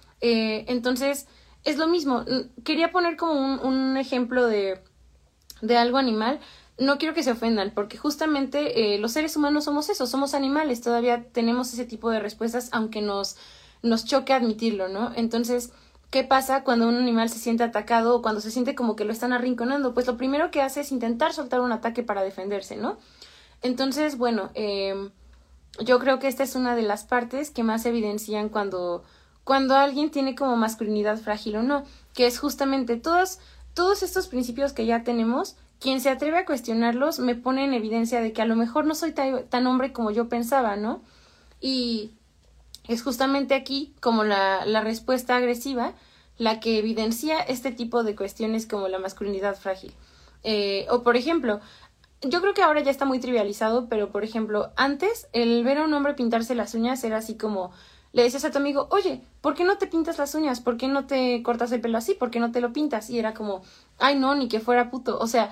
[SPEAKER 3] Eh, entonces es lo mismo. Quería poner como un, un ejemplo de, de algo animal. No quiero que se ofendan porque justamente eh, los seres humanos somos eso, somos animales. Todavía tenemos ese tipo de respuestas aunque nos... nos choque admitirlo, ¿no? Entonces, ¿qué pasa cuando un animal se siente atacado o cuando se siente como que lo están arrinconando? Pues lo primero que hace es intentar soltar un ataque para defenderse, ¿no? Entonces, bueno, eh, yo creo que esta es una de las partes que más evidencian cuando, cuando alguien tiene como masculinidad frágil o no, que es justamente todos, todos estos principios que ya tenemos, quien se atreve a cuestionarlos me pone en evidencia de que a lo mejor no soy tan, tan hombre como yo pensaba, ¿no? Y es justamente aquí como la, la respuesta agresiva la que evidencia este tipo de cuestiones como la masculinidad frágil. Eh, o por ejemplo, yo creo que ahora ya está muy trivializado, pero por ejemplo, antes el ver a un hombre pintarse las uñas era así como, le decías a tu amigo, oye, ¿por qué no te pintas las uñas? ¿Por qué no te cortas el pelo así? ¿Por qué no te lo pintas? Y era como, ay no, ni que fuera puto. O sea,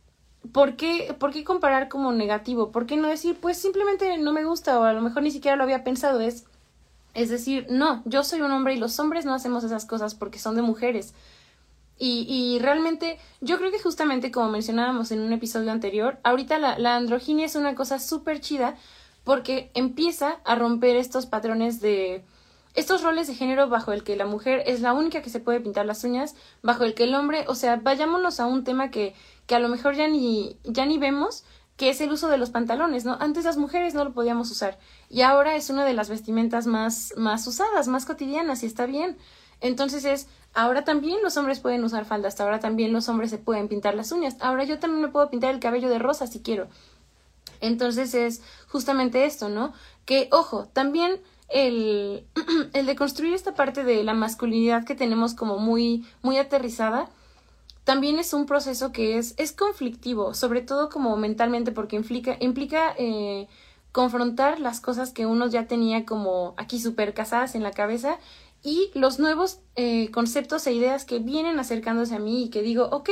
[SPEAKER 3] ¿por qué, ¿por qué comparar como negativo? ¿Por qué no decir, pues simplemente no me gusta o a lo mejor ni siquiera lo había pensado? Es Es decir, no, yo soy un hombre y los hombres no hacemos esas cosas porque son de mujeres. Y, y realmente, yo creo que justamente como mencionábamos en un episodio anterior, ahorita la, la androginia es una cosa súper chida porque empieza a romper estos patrones de... estos roles de género bajo el que la mujer es la única que se puede pintar las uñas, bajo el que el hombre, o sea, vayámonos a un tema que, que a lo mejor ya ni, ya ni vemos, que es el uso de los pantalones, ¿no? Antes las mujeres no lo podíamos usar y ahora es una de las vestimentas más, más usadas, más cotidianas y está bien. Entonces es, ahora también los hombres pueden usar faldas, ahora también los hombres se pueden pintar las uñas, ahora yo también me puedo pintar el cabello de rosa si quiero. Entonces es justamente esto, ¿no? Que, ojo, también el, el de construir esta parte de la masculinidad que tenemos como muy, muy aterrizada, también es un proceso que es, es conflictivo, sobre todo como mentalmente, porque implica, implica eh, confrontar las cosas que uno ya tenía como aquí súper casadas en la cabeza y los nuevos eh, conceptos e ideas que vienen acercándose a mí y que digo, ok,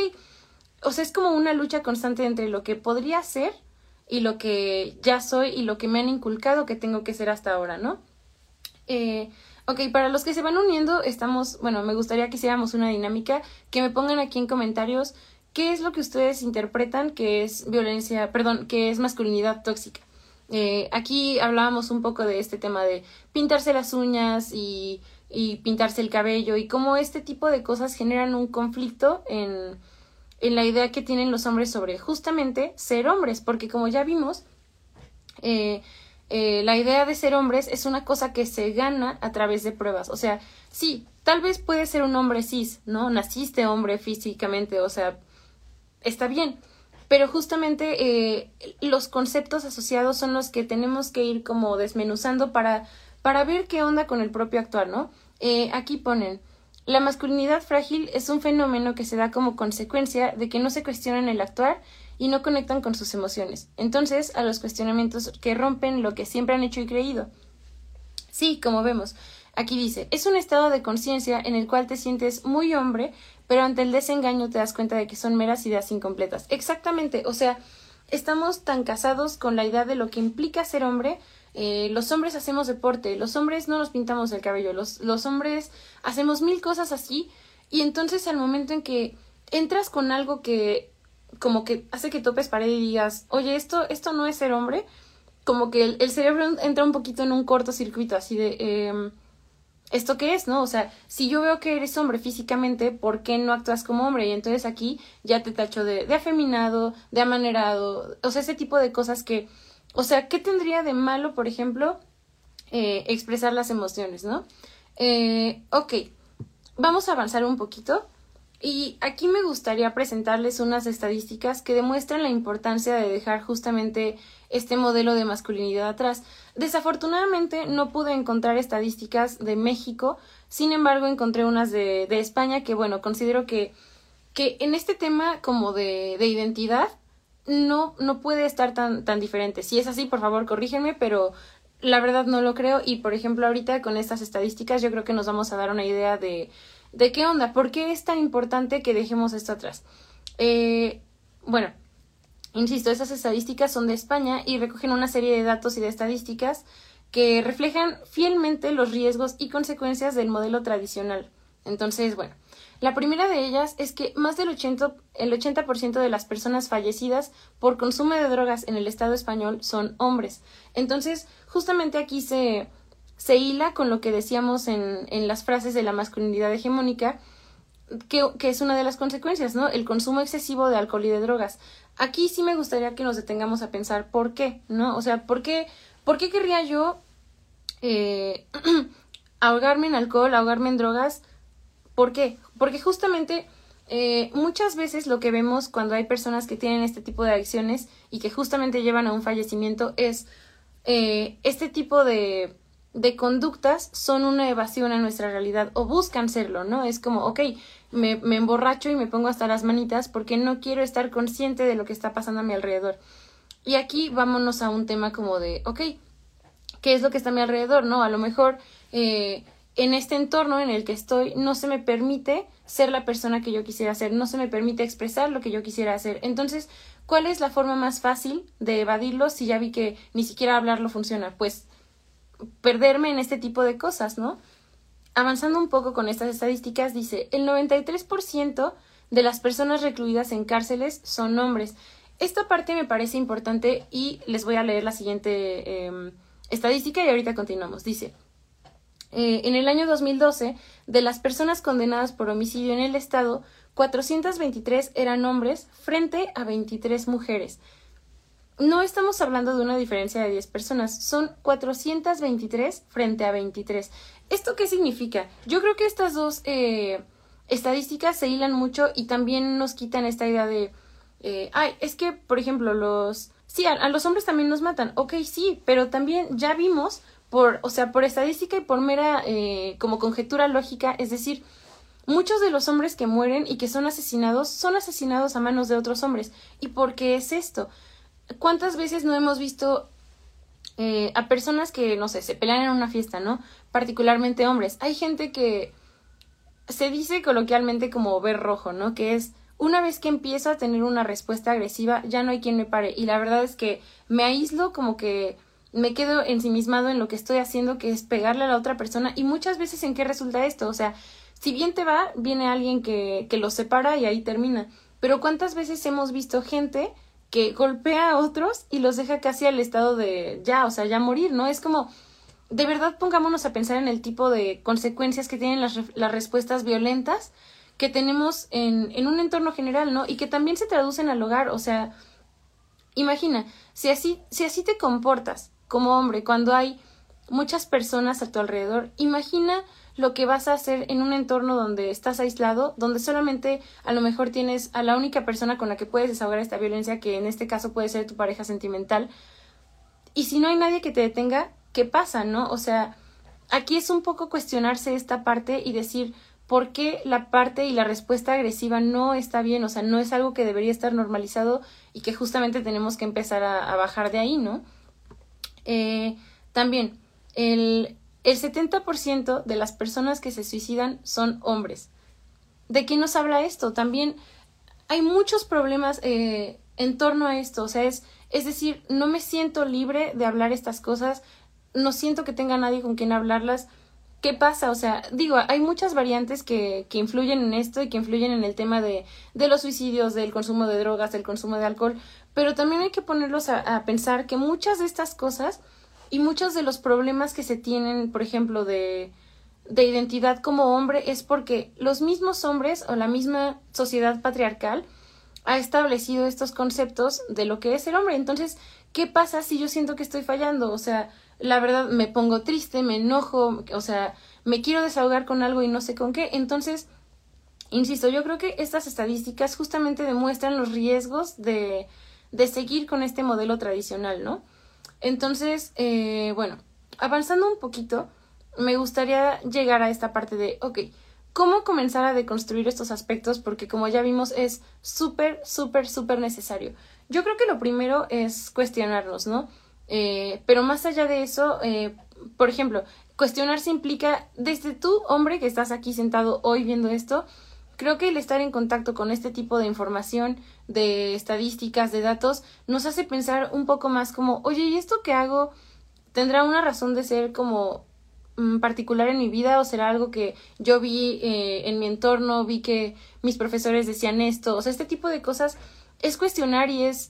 [SPEAKER 3] o sea, es como una lucha constante entre lo que podría ser y lo que ya soy y lo que me han inculcado que tengo que ser hasta ahora, ¿no? Eh... Ok, para los que se van uniendo, estamos, bueno, me gustaría que hiciéramos una dinámica, que me pongan aquí en comentarios qué es lo que ustedes interpretan que es violencia, perdón, que es masculinidad tóxica. Eh, aquí hablábamos un poco de este tema de pintarse las uñas y y pintarse el cabello, y cómo este tipo de cosas generan un conflicto en, en la idea que tienen los hombres sobre justamente ser hombres, porque como ya vimos, eh, eh, la idea de ser hombres es una cosa que se gana a través de pruebas. O sea, sí, tal vez puedes ser un hombre cis, ¿no? Naciste hombre físicamente, o sea, está bien, pero justamente eh, los conceptos asociados son los que tenemos que ir como desmenuzando para para ver qué onda con el propio actuar, ¿no? Eh, aquí ponen, la masculinidad frágil es un fenómeno que se da como consecuencia de que no se cuestionan el actuar y no conectan con sus emociones. Entonces, a los cuestionamientos que rompen lo que siempre han hecho y creído. Sí, como vemos, aquí dice, es un estado de conciencia en el cual te sientes muy hombre, pero ante el desengaño te das cuenta de que son meras ideas incompletas. Exactamente, o sea, estamos tan casados con la idea de lo que implica ser hombre. Eh, los hombres hacemos deporte, los hombres no nos pintamos el cabello, los, los hombres hacemos mil cosas así, y entonces al momento en que entras con algo que como que hace que topes pared y digas, oye, esto, esto no es ser hombre, como que el, el cerebro entra un poquito en un cortocircuito así de, eh, ¿esto qué es, no? O sea, si yo veo que eres hombre físicamente, ¿por qué no actúas como hombre? Y entonces aquí ya te tacho de, de afeminado, de amanerado, o sea, ese tipo de cosas que... O sea, ¿qué tendría de malo, por ejemplo, eh, expresar las emociones, ¿no? Eh, ok, vamos a avanzar un poquito y aquí me gustaría presentarles unas estadísticas que demuestran la importancia de dejar justamente este modelo de masculinidad atrás. Desafortunadamente no pude encontrar estadísticas de México, sin embargo encontré unas de, de España que, bueno, considero que, que en este tema como de, de identidad, no, no puede estar tan, tan diferente. Si es así, por favor, corrígenme, pero la verdad no lo creo. Y, por ejemplo, ahorita con estas estadísticas yo creo que nos vamos a dar una idea de, de qué onda, por qué es tan importante que dejemos esto atrás. Eh, bueno, insisto, esas estadísticas son de España y recogen una serie de datos y de estadísticas que reflejan fielmente los riesgos y consecuencias del modelo tradicional. Entonces, bueno, la primera de ellas es que más del ochenta, el ochenta por ciento de las personas fallecidas por consumo de drogas en el Estado español son hombres. Entonces, justamente aquí se, se hila con lo que decíamos en, en las frases de la masculinidad hegemónica, que, que es una de las consecuencias, ¿no? El consumo excesivo de alcohol y de drogas. Aquí sí me gustaría que nos detengamos a pensar por qué, ¿no? O sea, ¿por qué, por qué querría yo eh, ahogarme en alcohol, ahogarme en drogas? ¿Por qué? Porque justamente eh, muchas veces lo que vemos cuando hay personas que tienen este tipo de adicciones y que justamente llevan a un fallecimiento es eh, este tipo de, de conductas son una evasión a nuestra realidad o buscan serlo, ¿no? Es como, ok, me, me emborracho y me pongo hasta las manitas porque no quiero estar consciente de lo que está pasando a mi alrededor. Y aquí vámonos a un tema como de, ok, ¿qué es lo que está a mi alrededor, no? A lo mejor... Eh, en este entorno en el que estoy no se me permite ser la persona que yo quisiera ser, no se me permite expresar lo que yo quisiera hacer. Entonces, ¿cuál es la forma más fácil de evadirlo si ya vi que ni siquiera hablarlo funciona? Pues perderme en este tipo de cosas, ¿no? Avanzando un poco con estas estadísticas, dice, el noventa y tres por ciento de las personas recluidas en cárceles son hombres. Esta parte me parece importante y les voy a leer la siguiente eh, estadística y ahorita continuamos. Dice... Eh, en el año dos mil doce, de las personas condenadas por homicidio en el estado, cuatrocientos veintitrés eran hombres frente a veintitrés mujeres. No estamos hablando de una diferencia de diez personas, son cuatrocientos veintitrés frente a veintitrés. ¿Esto qué significa? Yo creo que estas dos eh, estadísticas se hilan mucho y también nos quitan esta idea de, eh, ay, es que, por ejemplo, los... Sí, a, a los hombres también nos matan. Ok, sí, pero también ya vimos... Por, o sea, por estadística y por mera eh, como conjetura lógica, es decir, muchos de los hombres que mueren y que son asesinados son asesinados a manos de otros hombres. ¿Y por qué es esto? ¿Cuántas veces no hemos visto eh, a personas que, no sé, se pelean en una fiesta, ¿no? Particularmente hombres. Hay gente que se dice coloquialmente como ver rojo, ¿no? Que es, una vez que empiezo a tener una respuesta agresiva, ya no hay quien me pare. Y la verdad es que me aíslo como que... me quedo ensimismado en lo que estoy haciendo, que es pegarle a la otra persona, y muchas veces ¿en qué resulta esto? O sea, si bien te va, viene alguien que, que los separa y ahí termina. Pero ¿cuántas veces hemos visto gente que golpea a otros y los deja casi al estado de ya, o sea, ya morir, ¿no? Es como, de verdad pongámonos a pensar en el tipo de consecuencias que tienen las, las respuestas violentas que tenemos en, en un entorno general, ¿no? Y que también se traducen al hogar. O sea, imagina, si así, si así te comportas como hombre cuando hay muchas personas a tu alrededor, imagina lo que vas a hacer en un entorno donde estás aislado, donde solamente a lo mejor tienes a la única persona con la que puedes desahogar esta violencia, que en este caso puede ser tu pareja sentimental. Y si no hay nadie que te detenga, ¿qué pasa, no? O sea, aquí es un poco cuestionarse esta parte y decir por qué la parte y la respuesta agresiva no está bien, o sea, no es algo que debería estar normalizado y que justamente tenemos que empezar a, a bajar de ahí, ¿no? Eh, también, el, el setenta por ciento de las personas que se suicidan son hombres. ¿De qué nos habla esto? También hay muchos problemas eh, en torno a esto, o sea, es, es decir, no me siento libre de hablar estas cosas, no siento que tenga nadie con quien hablarlas. ¿Qué pasa? O sea, digo, hay muchas variantes que, que influyen en esto y que influyen en el tema de, de los suicidios, del consumo de drogas, del consumo de alcohol, pero también hay que ponerlos a, a pensar que muchas de estas cosas y muchos de los problemas que se tienen, por ejemplo, de, de identidad como hombre, es porque los mismos hombres o la misma sociedad patriarcal ha establecido estos conceptos de lo que es el hombre. Entonces, ¿qué pasa si yo siento que estoy fallando? O sea, la verdad me pongo triste, me enojo, o sea, me quiero desahogar con algo y no sé con qué. Entonces, insisto, yo creo que estas estadísticas justamente demuestran los riesgos de, de seguir con este modelo tradicional, ¿no? Entonces, eh, bueno, avanzando un poquito, me gustaría llegar a esta parte de, ok, ¿cómo comenzar a deconstruir estos aspectos? Porque como ya vimos, es súper, súper, súper necesario. Yo creo que lo primero es cuestionarnos, ¿no? Eh, pero más allá de eso, eh, por ejemplo, cuestionarse implica, desde tú, hombre, que estás aquí sentado hoy viendo esto, creo que el estar en contacto con este tipo de información, de estadísticas, de datos, nos hace pensar un poco más como, oye, ¿y esto que hago tendrá una razón de ser como mmm, particular en mi vida o será algo que yo vi eh, en mi entorno, vi que mis profesores decían esto? O sea, este tipo de cosas es cuestionar y es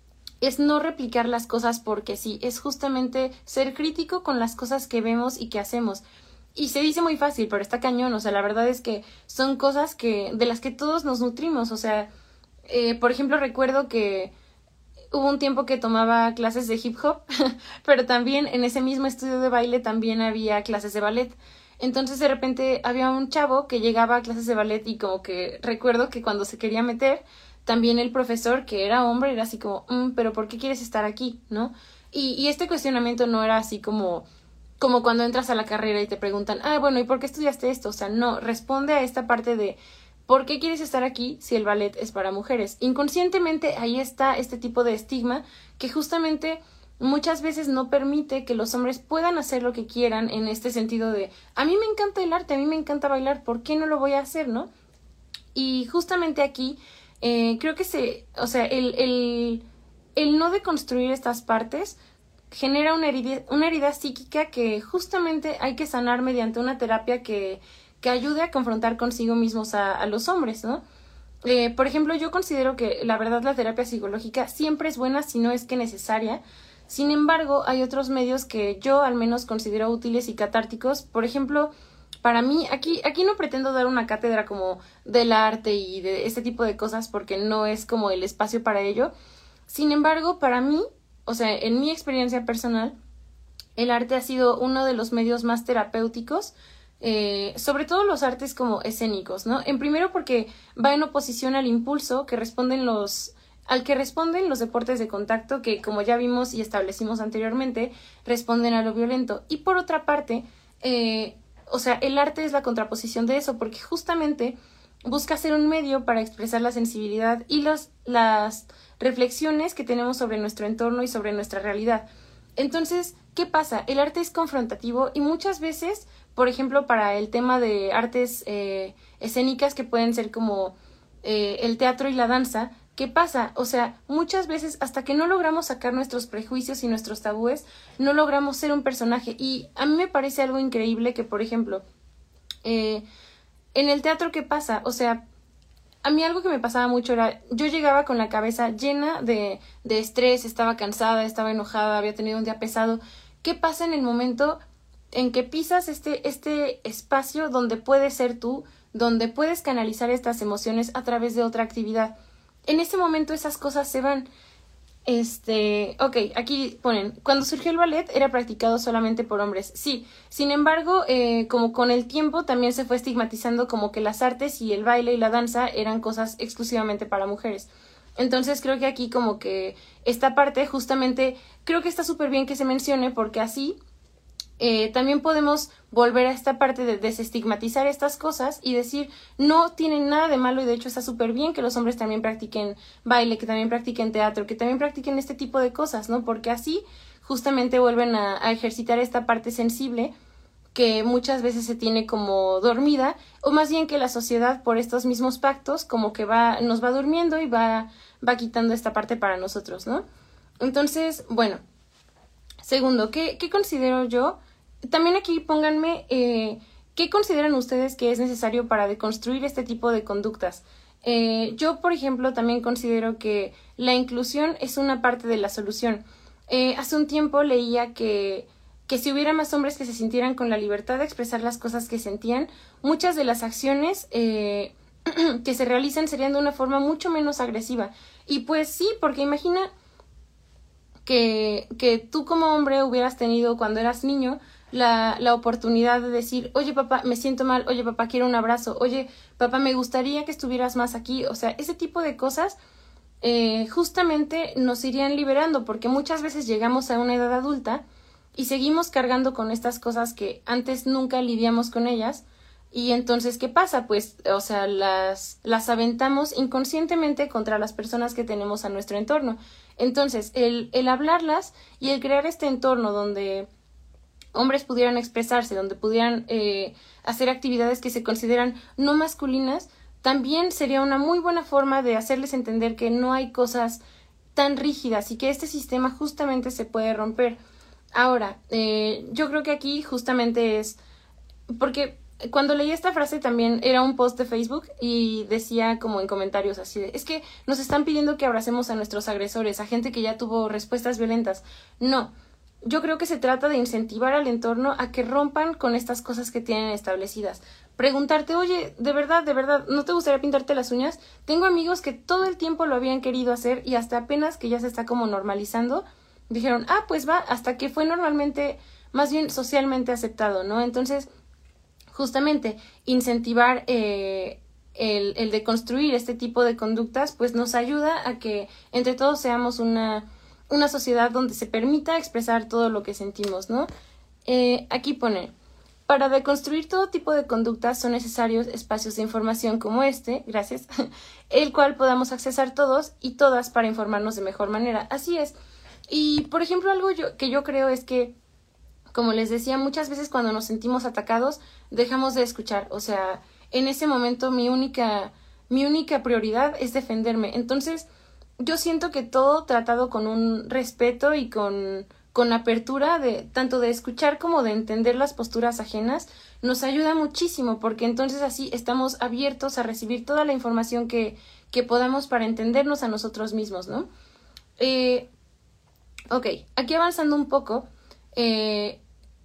[SPEAKER 3] es no replicar las cosas porque sí, es justamente ser crítico con las cosas que vemos y que hacemos. Y se dice muy fácil, pero está cañón, o sea, la verdad es que son cosas que de las que todos nos nutrimos, o sea, eh, por ejemplo, recuerdo que hubo un tiempo que tomaba clases de hip hop, pero también en ese mismo estudio de baile también había clases de ballet. Entonces, de repente, había un chavo que llegaba a clases de ballet y como que recuerdo que cuando se quería meter, también el profesor, que era hombre, era así como, mm, pero ¿por qué quieres estar aquí? ¿No? Y, y este cuestionamiento no era así como, como cuando entras a la carrera y te preguntan, ah, bueno, ¿y por qué estudiaste esto? O sea, no, responde a esta parte de, ¿por qué quieres estar aquí si el ballet es para mujeres? Inconscientemente ahí está este tipo de estigma que justamente muchas veces no permite que los hombres puedan hacer lo que quieran en este sentido de, a mí me encanta el arte, a mí me encanta bailar, ¿por qué no lo voy a hacer, no? Y justamente aquí Eh, creo que se, o sea, el, el, el no deconstruir estas partes genera una herida, una herida psíquica que justamente hay que sanar mediante una terapia que, que ayude a confrontar consigo mismos a, a los hombres, ¿no? Eh, por ejemplo, yo considero que la verdad la terapia psicológica siempre es buena si no es que necesaria. Sin embargo, hay otros medios que yo al menos considero útiles y catárticos. Por ejemplo, para mí, aquí, aquí no pretendo dar una cátedra como del arte y de este tipo de cosas porque no es como el espacio para ello. Sin embargo, para mí, o sea, en mi experiencia personal, el arte ha sido uno de los medios más terapéuticos, eh, sobre todo los artes como escénicos, ¿no? En primero porque va en oposición al impulso que responden los, al que responden los deportes de contacto que, como ya vimos y establecimos anteriormente, responden a lo violento. Y por otra parte, eh, o sea, el arte es la contraposición de eso, porque justamente busca ser un medio para expresar la sensibilidad y las, las reflexiones que tenemos sobre nuestro entorno y sobre nuestra realidad. Entonces, ¿qué pasa? El arte es confrontativo y muchas veces, por ejemplo, para el tema de artes eh, escénicas que pueden ser como eh, el teatro y la danza, ¿qué pasa? O sea, muchas veces hasta que no logramos sacar nuestros prejuicios y nuestros tabúes, no logramos ser un personaje. Y a mí me parece algo increíble que, por ejemplo, eh, en el teatro, ¿qué pasa? O sea, a mí algo que me pasaba mucho era, yo llegaba con la cabeza llena de, de estrés, estaba cansada, estaba enojada, había tenido un día pesado. ¿Qué pasa en el momento en que pisas este, este espacio donde puedes ser tú, donde puedes canalizar estas emociones a través de otra actividad. En ese momento esas cosas se van. Este, ok, aquí ponen, cuando surgió el ballet era practicado solamente por hombres. Sí, sin embargo, eh, como con el tiempo también se fue estigmatizando como que las artes y el baile y la danza eran cosas exclusivamente para mujeres. Entonces creo que aquí como que esta parte justamente, creo que está súper bien que se mencione porque así Eh, también podemos volver a esta parte de desestigmatizar estas cosas y decir, no tienen nada de malo y de hecho está súper bien que los hombres también practiquen baile, que también practiquen teatro, que también practiquen este tipo de cosas, ¿no? Porque así justamente vuelven a, a ejercitar esta parte sensible que muchas veces se tiene como dormida, o más bien que la sociedad por estos mismos pactos como que va, nos va durmiendo y va, va quitando esta parte para nosotros, ¿no? Entonces, bueno, segundo, ¿qué, qué considero yo? También aquí pónganme eh, qué consideran ustedes que es necesario para deconstruir este tipo de conductas. Eh, yo, por ejemplo, también considero que la inclusión es una parte de la solución. Eh, hace un tiempo leía que, que si hubiera más hombres que se sintieran con la libertad de expresar las cosas que sentían, muchas de las acciones eh, que se realizan serían de una forma mucho menos agresiva. Y pues sí, porque imagina que, que tú como hombre hubieras tenido cuando eras niño La, la oportunidad de decir, oye papá, me siento mal, oye papá, quiero un abrazo, oye papá, me gustaría que estuvieras más aquí. O sea, ese tipo de cosas eh, justamente nos irían liberando porque muchas veces llegamos a una edad adulta y seguimos cargando con estas cosas que antes nunca lidiamos con ellas. Y entonces, ¿qué pasa? Pues, o sea, las, las aventamos inconscientemente contra las personas que tenemos a nuestro entorno. Entonces, el, el hablarlas y el crear este entorno donde hombres pudieran expresarse, donde pudieran eh, hacer actividades que se consideran no masculinas, también sería una muy buena forma de hacerles entender que no hay cosas tan rígidas y que este sistema justamente se puede romper. Ahora, eh, yo creo que aquí justamente es porque cuando leí esta frase también era un post de Facebook y decía como en comentarios así de, es que nos están pidiendo que abracemos a nuestros agresores, a gente que ya tuvo respuestas violentas. No. Yo creo que se trata de incentivar al entorno a que rompan con estas cosas que tienen establecidas. Preguntarte, oye, de verdad, de verdad, ¿no te gustaría pintarte las uñas? Tengo amigos que todo el tiempo lo habían querido hacer y hasta apenas que ya se está como normalizando, dijeron, ah, pues va, hasta que fue normalmente, más bien socialmente aceptado, ¿no? Entonces, justamente, incentivar eh, el, el de construir este tipo de conductas, pues nos ayuda a que entre todos seamos una... una sociedad donde se permita expresar todo lo que sentimos, ¿no? Eh, aquí pone, para deconstruir todo tipo de conductas son necesarios espacios de información como este, gracias, el cual podamos accesar todos y todas para informarnos de mejor manera. Así es. Y, por ejemplo, algo yo, que yo creo es que, como les decía, muchas veces cuando nos sentimos atacados, dejamos de escuchar. O sea, en ese momento mi única, mi única prioridad es defenderme. Entonces, yo siento que todo tratado con un respeto y con, con apertura, de tanto de escuchar como de entender las posturas ajenas, nos ayuda muchísimo, porque entonces así estamos abiertos a recibir toda la información que, que podamos para entendernos a nosotros mismos, ¿no? Eh, ok, aquí avanzando un poco, eh,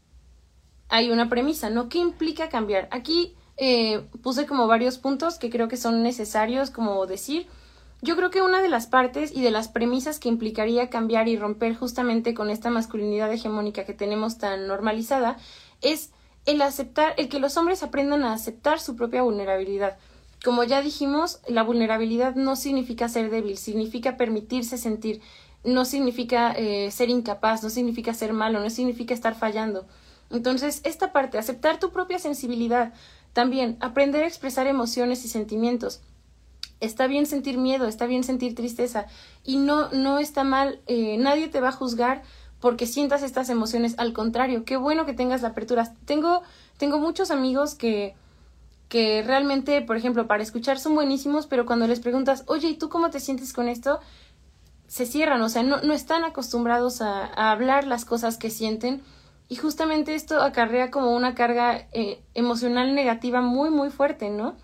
[SPEAKER 3] hay una premisa, ¿no? ¿Qué implica cambiar? Aquí eh, puse como varios puntos que creo que son necesarios como decir. Yo creo que una de las partes y de las premisas que implicaría cambiar y romper justamente con esta masculinidad hegemónica que tenemos tan normalizada es el aceptar, el que los hombres aprendan a aceptar su propia vulnerabilidad. Como ya dijimos, la vulnerabilidad no significa ser débil, significa permitirse sentir, no significa eh, ser incapaz, no significa ser malo, no significa estar fallando. Entonces, esta parte, aceptar tu propia sensibilidad, también aprender a expresar emociones y sentimientos. Está bien sentir miedo, está bien sentir tristeza y no, no está mal, eh, nadie te va a juzgar porque sientas estas emociones, al contrario, qué bueno que tengas la apertura. Tengo, tengo muchos amigos que, que realmente, por ejemplo, para escuchar son buenísimos, pero cuando les preguntas, oye, ¿y tú cómo te sientes con esto? Se cierran, o sea, no, no están acostumbrados a, a hablar las cosas que sienten y justamente esto acarrea como una carga eh, emocional negativa muy, muy fuerte, ¿no?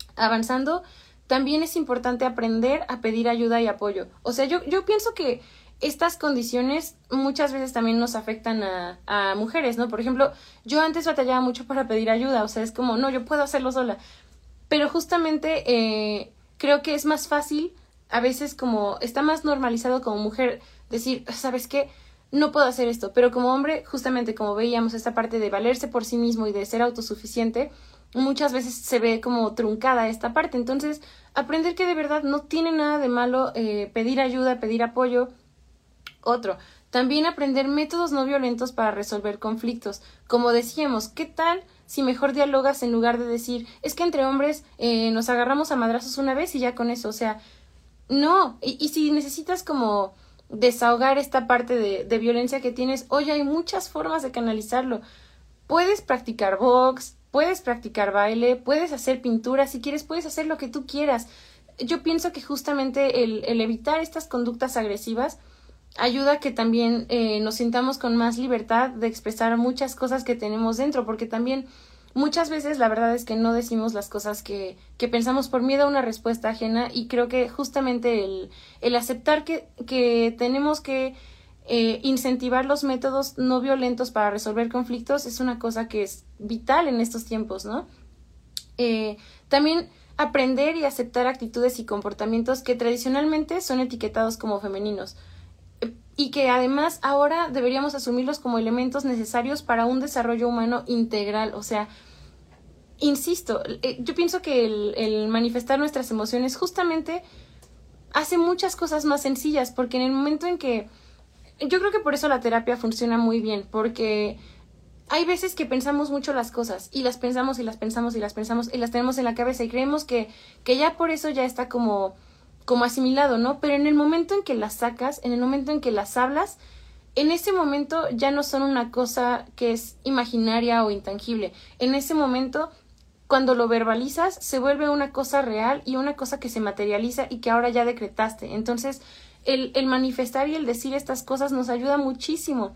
[SPEAKER 3] Avanzando, también es importante aprender a pedir ayuda y apoyo. O sea, yo, yo pienso que estas condiciones muchas veces también nos afectan a, a mujeres, ¿no? Por ejemplo, yo antes batallaba mucho para pedir ayuda, o sea, es como, no, yo puedo hacerlo sola. Pero justamente eh, creo que es más fácil, a veces como está más normalizado como mujer decir, ¿sabes qué? No puedo hacer esto. Pero como hombre, justamente como veíamos esta parte de valerse por sí mismo y de ser autosuficiente, muchas veces se ve como truncada esta parte. Entonces, aprender que de verdad no tiene nada de malo eh, pedir ayuda, pedir apoyo. Otro, también aprender métodos no violentos para resolver conflictos. Como decíamos, ¿qué tal si mejor dialogas en lugar de decir, es que entre hombres eh, nos agarramos a madrazos una vez y ya con eso? O sea, no. Y, y si necesitas como desahogar esta parte de, de violencia que tienes, oye, hay muchas formas de canalizarlo. Puedes practicar box, puedes practicar baile, puedes hacer pintura, si quieres puedes hacer lo que tú quieras. Yo pienso que justamente el, el evitar estas conductas agresivas ayuda a que también eh, nos sintamos con más libertad de expresar muchas cosas que tenemos dentro, porque también muchas veces la verdad es que no decimos las cosas que, que pensamos por miedo a una respuesta ajena, y creo que justamente el, el aceptar que, que tenemos que eh, incentivar los métodos no violentos para resolver conflictos es una cosa que es vital en estos tiempos, ¿no? Eh, también aprender y aceptar actitudes y comportamientos que tradicionalmente son etiquetados como femeninos, y que además ahora deberíamos asumirlos como elementos necesarios para un desarrollo humano integral. O sea, insisto, yo pienso que el, el manifestar nuestras emociones justamente hace muchas cosas más sencillas, porque en el momento en que... Yo creo que por eso la terapia funciona muy bien, porque hay veces que pensamos mucho las cosas, y las pensamos y las pensamos y las pensamos y las tenemos en la cabeza y creemos que, que ya por eso ya está como... como asimilado, ¿no? Pero en el momento en que las sacas, en el momento en que las hablas, en ese momento ya no son una cosa que es imaginaria o intangible. En ese momento, cuando lo verbalizas, se vuelve una cosa real y una cosa que se materializa y que ahora ya decretaste. Entonces, el, el manifestar y el decir estas cosas nos ayuda muchísimo.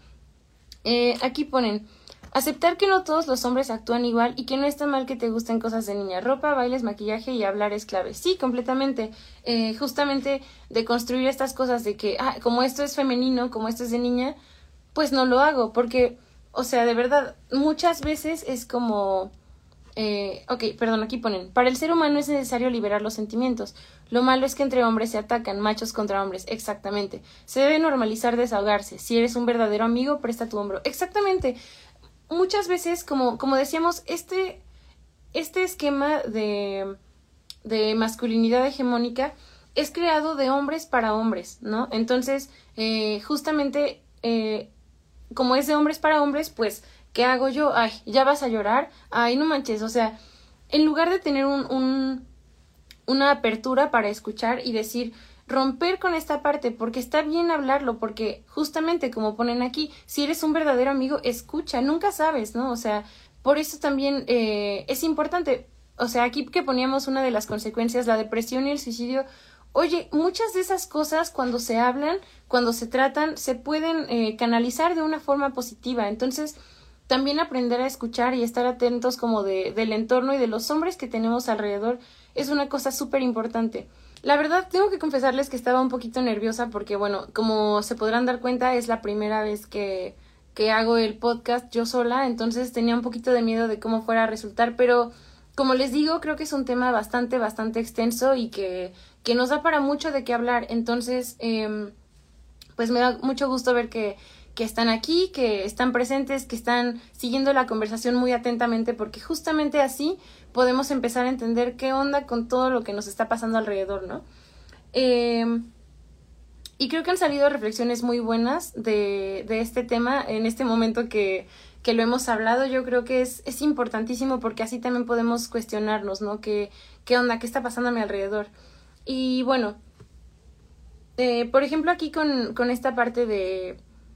[SPEAKER 3] Eh, aquí ponen... Aceptar que no todos los hombres actúan igual y que no está mal que te gusten cosas de niña. Ropa, bailes, maquillaje y hablar es clave. Sí, completamente. Eh, justamente de construir estas cosas de que, ah, como esto es femenino, como esto es de niña, pues no lo hago. Porque, o sea, de verdad, muchas veces es como... Eh, ok, perdón, aquí ponen. Para el ser humano es necesario liberar los sentimientos. Lo malo es que entre hombres se atacan, machos contra hombres. Exactamente. Se debe normalizar desahogarse. Si eres un verdadero amigo, presta tu hombro. Exactamente. Muchas veces, como, como decíamos, este, este esquema de, de masculinidad hegemónica es creado de hombres para hombres, ¿no? Entonces, eh, justamente, eh, como es de hombres para hombres, pues, ¿qué hago yo? Ay, ¿ya vas a llorar? Ay, no manches, o sea, en lugar de tener un, un, una apertura para escuchar y decir... romper con esta parte, porque está bien hablarlo, porque justamente como ponen aquí, si eres un verdadero amigo, escucha, nunca sabes, ¿no? O sea, por eso también eh, es importante, o sea, aquí que poníamos una de las consecuencias, la depresión y el suicidio, oye, muchas de esas cosas cuando se hablan, cuando se tratan, se pueden eh, canalizar de una forma positiva. Entonces, también aprender a escuchar y estar atentos como de, del entorno y de los hombres que tenemos alrededor es una cosa súper importante. La verdad, tengo que confesarles que estaba un poquito nerviosa porque, bueno, como se podrán dar cuenta, es la primera vez que, que hago el podcast yo sola, entonces tenía un poquito de miedo de cómo fuera a resultar, pero como les digo, creo que es un tema bastante, bastante extenso y que, que nos da para mucho de qué hablar. Entonces, eh, pues me da mucho gusto ver que, que están aquí, que están presentes, que están siguiendo la conversación muy atentamente, porque justamente así podemos empezar a entender qué onda con todo lo que nos está pasando alrededor, ¿no? Eh, y creo que han salido reflexiones muy buenas de, de este tema en este momento que, que lo hemos hablado. Yo creo que es, es importantísimo porque así también podemos cuestionarnos, ¿no? ¿Qué, qué onda? ¿Qué está pasando a mi alrededor? Y bueno, eh, por ejemplo, aquí con, con esta parte de...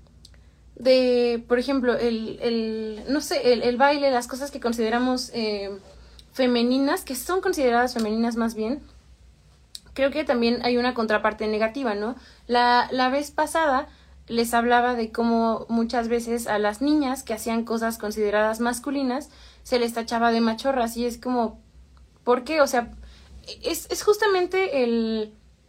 [SPEAKER 3] de, por ejemplo, el, el no sé, el, el baile, las cosas que consideramos eh, femeninas, que son consideradas femeninas más bien, creo que también hay una contraparte negativa, ¿no? La, la vez pasada les hablaba de cómo muchas veces a las niñas que hacían cosas consideradas masculinas se les tachaba de machorras, y es como, ¿por qué? O sea, es, es justamente el...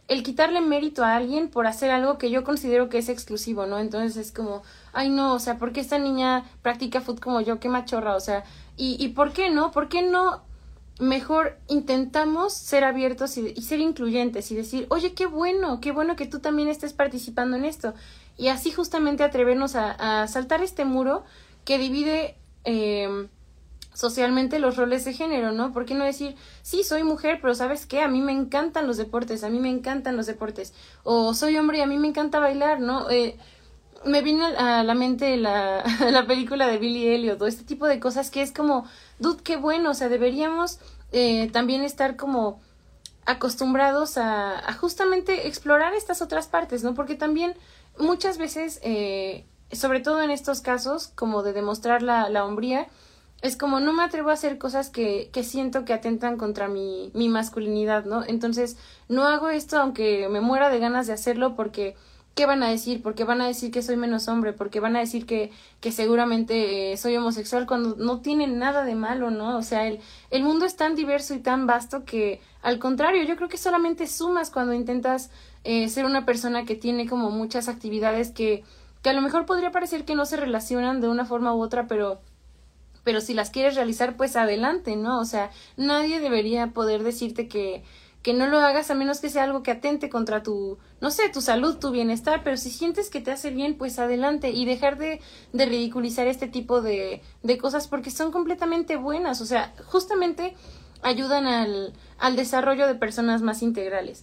[SPEAKER 3] el quitarle mérito a alguien por hacer algo que yo considero que es exclusivo, ¿no? Entonces es como, ay no, o sea, ¿por qué esta niña practica fútbol como yo? Qué machorra, o sea, y, y ¿por qué no? ¿Por qué no mejor intentamos ser abiertos y, y ser incluyentes y decir, oye, qué bueno, qué bueno que tú también estés participando en esto? Y así justamente atrevernos a, a saltar este muro que divide eh, socialmente los roles de género, ¿no? ¿Por qué no decir, sí, soy mujer, pero ¿sabes qué? A mí me encantan los deportes, a mí me encantan los deportes. O soy hombre y a mí me encanta bailar, ¿no? Eh, me vino a la mente la, la película de Billy Elliot, o este tipo de cosas que es como, dude, qué bueno, o sea, deberíamos eh, también estar como acostumbrados a, a justamente explorar estas otras partes, ¿no? Porque también muchas veces, eh, sobre todo en estos casos, como de demostrar la, la hombría, es como no me atrevo a hacer cosas que, que siento que atentan contra mi, mi masculinidad, ¿no? Entonces no hago esto aunque me muera de ganas de hacerlo porque ¿qué van a decir? Porque van a decir que soy menos hombre, porque van a decir que, que seguramente eh, soy homosexual cuando no tiene nada de malo, ¿no? O sea, el, el mundo es tan diverso y tan vasto que al contrario, yo creo que solamente sumas cuando intentas eh, ser una persona que tiene como muchas actividades que, que a lo mejor podría parecer que no se relacionan de una forma u otra, pero pero si las quieres realizar, pues adelante, ¿no? O sea, nadie debería poder decirte que, que no lo hagas a menos que sea algo que atente contra tu, no sé, tu salud, tu bienestar, pero si sientes que te hace bien, pues adelante y dejar de, de ridiculizar este tipo de, de cosas porque son completamente buenas, o sea, justamente ayudan al, al desarrollo de personas más integrales.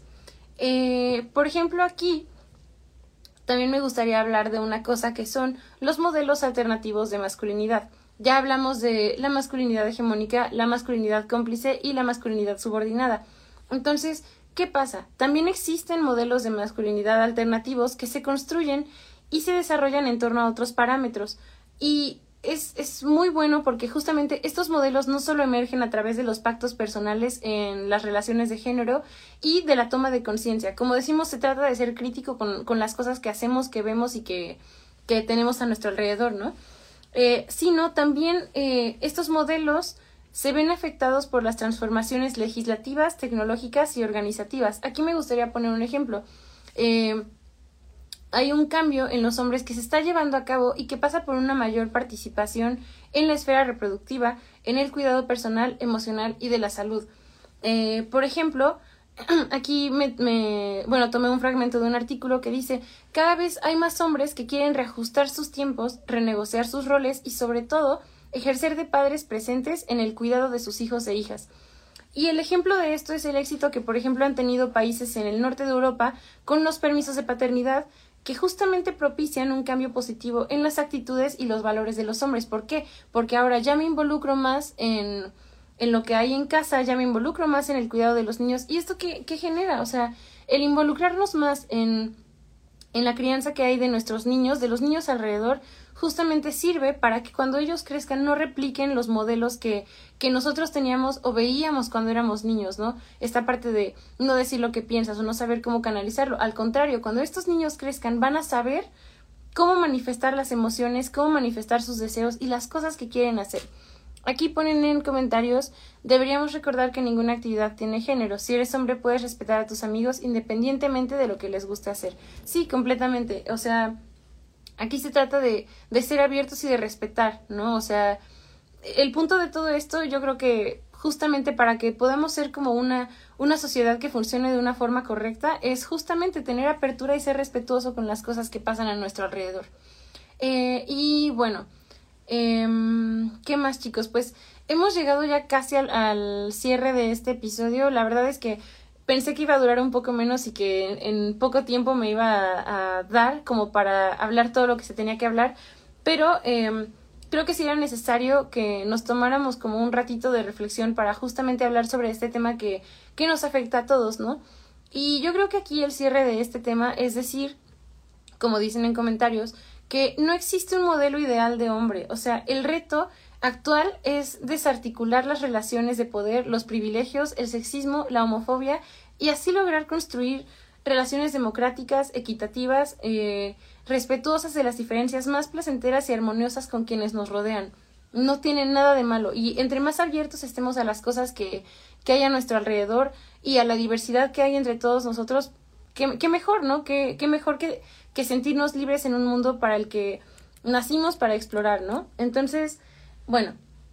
[SPEAKER 3] Eh, por ejemplo, aquí también me gustaría hablar de una cosa que son los modelos alternativos de masculinidad. Ya hablamos de la masculinidad hegemónica, la masculinidad cómplice y la masculinidad subordinada. Entonces, ¿qué pasa? También existen modelos de masculinidad alternativos que se construyen y se desarrollan en torno a otros parámetros. Y es, es muy bueno porque justamente estos modelos no solo emergen a través de los pactos personales en las relaciones de género y de la toma de conciencia. Como decimos, se trata de ser crítico con, con las cosas que hacemos, que vemos y que, que tenemos a nuestro alrededor, ¿no? Eh, sino también eh, estos modelos se ven afectados por las transformaciones legislativas, tecnológicas y organizativas. Aquí me gustaría poner un ejemplo. Eh, hay un cambio en los hombres que se está llevando a cabo y que pasa por una mayor participación en la esfera reproductiva, en el cuidado personal, emocional y de la salud. Eh, por ejemplo, aquí me, me, bueno, tomé un fragmento de un artículo que dice: cada vez hay más hombres que quieren reajustar sus tiempos, renegociar sus roles y, sobre todo, ejercer de padres presentes en el cuidado de sus hijos e hijas. Y el ejemplo de esto es el éxito que, por ejemplo, han tenido países en el norte de Europa con los permisos de paternidad que justamente propician un cambio positivo en las actitudes y los valores de los hombres. ¿Por qué? Porque ahora ya me involucro más en... en lo que hay en casa, ya me involucro más en el cuidado de los niños. ¿Y esto qué, qué genera? O sea, el involucrarnos más en, en la crianza que hay de nuestros niños, de los niños alrededor, justamente sirve para que cuando ellos crezcan no repliquen los modelos que, que nosotros teníamos o veíamos cuando éramos niños, ¿no? Esta parte de no decir lo que piensas o no saber cómo canalizarlo. Al contrario, cuando estos niños crezcan van a saber cómo manifestar las emociones, cómo manifestar sus deseos y las cosas que quieren hacer. Aquí ponen en comentarios: deberíamos recordar que ninguna actividad tiene género. Si eres hombre, puedes respetar a tus amigos independientemente de lo que les guste hacer. Sí, completamente. O sea, aquí se trata de, de ser abiertos y de respetar, ¿no? O sea, el punto de todo esto, yo creo que justamente para que podamos ser como una, una sociedad que funcione de una forma correcta, es justamente tener apertura y ser respetuoso con las cosas que pasan a nuestro alrededor. Eh, y bueno... Eh, ¿Qué más, chicos? Pues hemos llegado ya casi al, al cierre de este episodio. La verdad es que pensé que iba a durar un poco menos y que en, en poco tiempo me iba a, a dar como para hablar todo lo que se tenía que hablar, pero eh, creo que sí era necesario que nos tomáramos como un ratito de reflexión para justamente hablar sobre este tema que, que nos afecta a todos, ¿no? Y yo creo que aquí el cierre de este tema es decir, como dicen en comentarios, que no existe un modelo ideal de hombre. O sea, el reto actual es desarticular las relaciones de poder, los privilegios, el sexismo, la homofobia y así lograr construir relaciones democráticas, equitativas, eh, respetuosas de las diferencias, más placenteras y armoniosas con quienes nos rodean. No tienen nada de malo y entre más abiertos estemos a las cosas que, que hay a nuestro alrededor y a la diversidad que hay entre todos nosotros, qué, qué mejor, ¿no? Qué, qué mejor que, que sentirnos libres en un mundo para el que nacimos para explorar, ¿no? Entonces, bueno,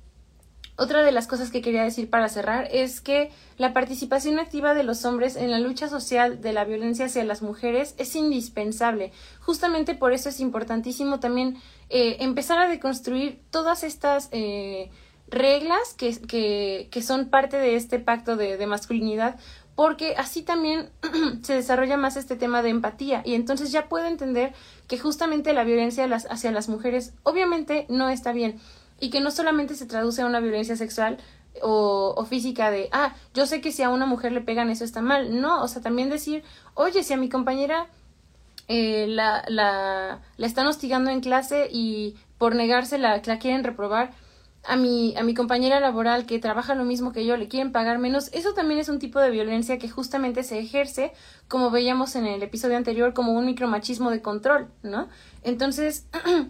[SPEAKER 3] otra de las cosas que quería decir para cerrar es que la participación activa de los hombres en la lucha social de la violencia hacia las mujeres es indispensable. Justamente por eso es importantísimo también eh, empezar a deconstruir todas estas eh, reglas que, que, que son parte de este pacto de, de masculinidad, porque así también se desarrolla más este tema de empatía y entonces ya puedo entender que justamente la violencia las, hacia las mujeres obviamente no está bien y que no solamente se traduce a una violencia sexual o, o física de, ah, yo sé que si a una mujer le pegan eso está mal, no, o sea, también decir, oye, si a mi compañera eh, la, la, la están hostigando en clase y por negarse la, la quieren reprobar, a mi, a mi compañera laboral que trabaja lo mismo que yo le quieren pagar menos, eso también es un tipo de violencia que justamente se ejerce, como veíamos en el episodio anterior, como un micromachismo de control, ¿no? Entonces,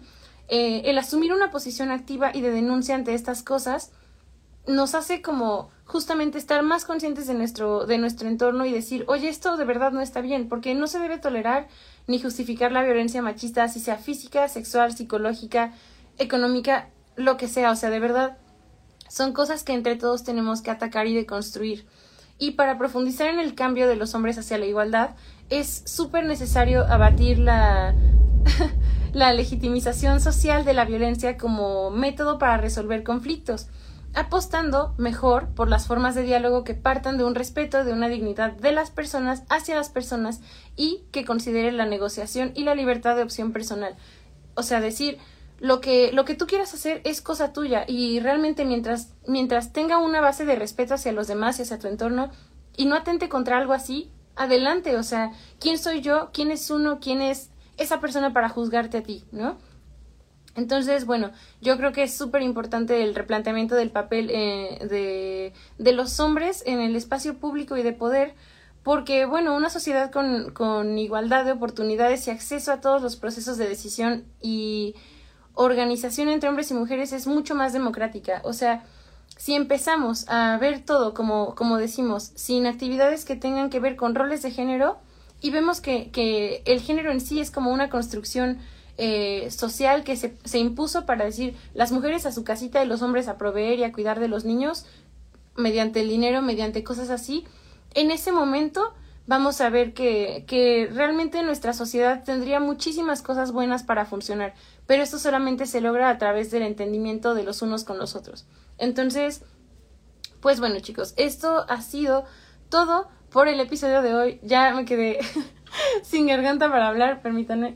[SPEAKER 3] eh, el asumir una posición activa y de denuncia ante estas cosas nos hace como justamente estar más conscientes de nuestro, de nuestro entorno y decir, oye, esto de verdad no está bien, porque no se debe tolerar ni justificar la violencia machista, así sea física, sexual, psicológica, económica, lo que sea, o sea, de verdad, son cosas que entre todos tenemos que atacar y deconstruir. Y para profundizar en el cambio de los hombres hacia la igualdad, es súper necesario abatir la, la legitimización social de la violencia como método para resolver conflictos, apostando mejor por las formas de diálogo que partan de un respeto, de una dignidad de las personas hacia las personas y que consideren la negociación y la libertad de opción personal. O sea, decir, Lo que, lo que tú quieras hacer es cosa tuya y realmente mientras, mientras tenga una base de respeto hacia los demás y hacia tu entorno y no atente contra algo así, adelante, o sea, ¿quién soy yo? ¿Quién es uno? ¿Quién es esa persona para juzgarte a ti? ¿No? Entonces, bueno, yo creo que es súper importante el replanteamiento del papel eh, de, de los hombres en el espacio público y de poder, porque, bueno, una sociedad con, con igualdad de oportunidades y acceso a todos los procesos de decisión y organización entre hombres y mujeres es mucho más democrática. O sea, si empezamos a ver todo, como, como decimos, sin actividades que tengan que ver con roles de género y vemos que, que el género en sí es como una construcción eh, social que se, se impuso para decir las mujeres a su casita y los hombres a proveer y a cuidar de los niños mediante el dinero, mediante cosas así, en ese momento vamos a ver que, que realmente nuestra sociedad tendría muchísimas cosas buenas para funcionar, pero esto solamente se logra a través del entendimiento de los unos con los otros. Entonces, pues bueno, chicos, esto ha sido todo por el episodio de hoy. Ya me quedé sin garganta para hablar, permítanme.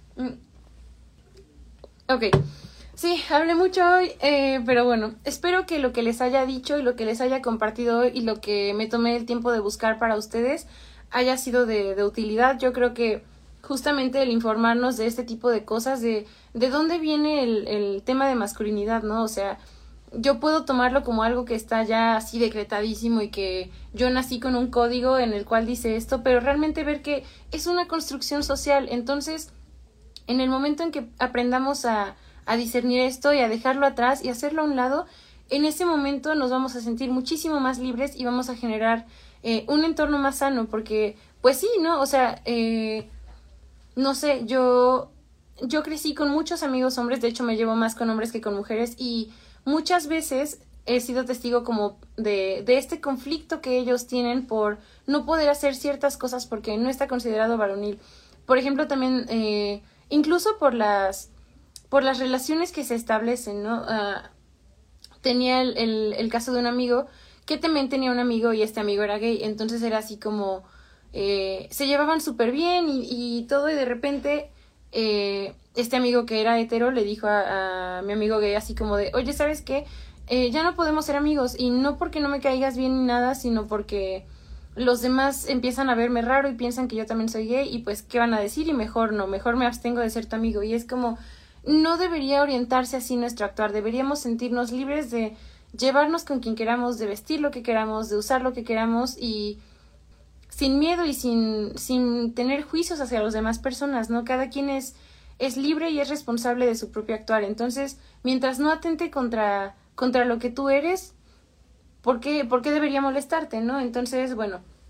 [SPEAKER 3] Ok, sí, hablé mucho hoy, eh, pero bueno, espero que lo que les haya dicho y lo que les haya compartido hoy y lo que me tomé el tiempo de buscar para ustedes haya sido de, de utilidad. Yo creo que justamente el informarnos de este tipo de cosas, de, de dónde viene el, el tema de masculinidad, ¿no? O sea, yo puedo tomarlo como algo que está ya así decretadísimo y que yo nací con un código en el cual dice esto, pero realmente ver que es una construcción social. Entonces, en el momento en que aprendamos a, a discernir esto y a dejarlo atrás y hacerlo a un lado, en ese momento nos vamos a sentir muchísimo más libres y vamos a generar eh, un entorno más sano, porque, pues sí, ¿no? O sea, eh, no sé, yo, yo crecí con muchos amigos hombres, de hecho me llevo más con hombres que con mujeres y muchas veces he sido testigo como de, de este conflicto que ellos tienen por no poder hacer ciertas cosas porque no está considerado varonil. Por ejemplo, también, eh, incluso por las, por las relaciones que se establecen, ¿no? Uh, tenía el, el, el caso de un amigo que también tenía un amigo y este amigo era gay, entonces era así como eh, se llevaban súper bien y, y todo y de repente eh, este amigo que era hetero le dijo a, a mi amigo gay así como de, oye, ¿sabes qué? Eh, ya no podemos ser amigos y no porque no me caigas bien ni nada, sino porque los demás empiezan a verme raro y piensan que yo también soy gay y pues ¿qué van a decir? Y mejor no, mejor me abstengo de ser tu amigo. Y es como, no debería orientarse así nuestro actuar, deberíamos sentirnos libres de llevarnos con quien queramos, de vestir lo que queramos, de usar lo que queramos y sin miedo y sin, sin tener juicios hacia las demás personas, ¿no? Cada quien es, es libre y es responsable de su propio actuar. Entonces, mientras no atente contra, contra lo que tú eres, ¿por qué, por qué debería molestarte, no? Entonces, bueno,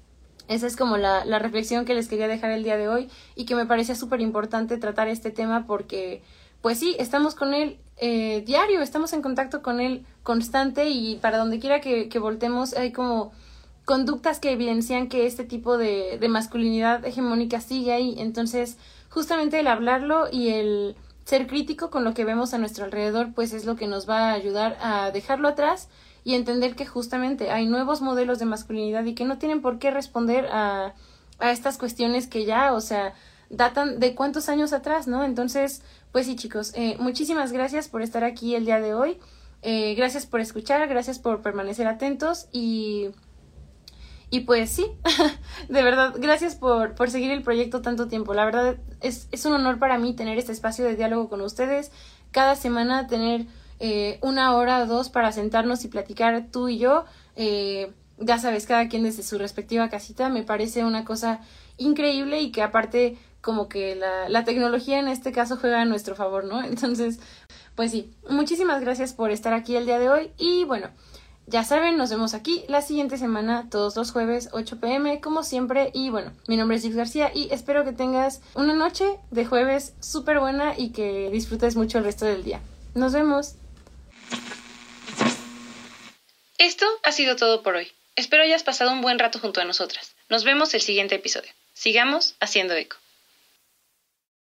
[SPEAKER 3] Esa es como la, la reflexión que les quería dejar el día de hoy y que me parecía súper importante tratar este tema porque, pues sí, estamos con él eh, diario, estamos en contacto con él constante y para donde quiera que, que voltemos hay como conductas que evidencian que este tipo de, de masculinidad hegemónica sigue ahí. Entonces, justamente el hablarlo y el ser crítico con lo que vemos a nuestro alrededor, pues es lo que nos va a ayudar a dejarlo atrás y entender que justamente hay nuevos modelos de masculinidad y que no tienen por qué responder a, a estas cuestiones que ya, o sea, datan de cuántos años atrás, ¿no? Entonces, pues sí, chicos, eh, muchísimas gracias por estar aquí el día de hoy. Eh, gracias por escuchar, gracias por permanecer atentos y... Y pues sí, de verdad, gracias por, por seguir el proyecto tanto tiempo. La verdad es, es un honor para mí tener este espacio de diálogo con ustedes. Cada semana tener eh, una hora o dos para sentarnos y platicar tú y yo. Eh, ya sabes, cada quien desde su respectiva casita. Me parece una cosa increíble y que aparte como que la, la tecnología en este caso juega a nuestro favor, ¿no? Entonces, pues sí, muchísimas gracias por estar aquí el día de hoy y bueno... Ya saben, nos vemos aquí la siguiente semana, todos los jueves, ocho pm, como siempre. Y bueno, mi nombre es Gibbs García y espero que tengas una noche de jueves súper buena y que disfrutes mucho el resto del día. Nos vemos.
[SPEAKER 2] Esto ha sido todo por hoy. Espero hayas pasado un buen rato junto a nosotras. Nos vemos el siguiente episodio. Sigamos haciendo eco.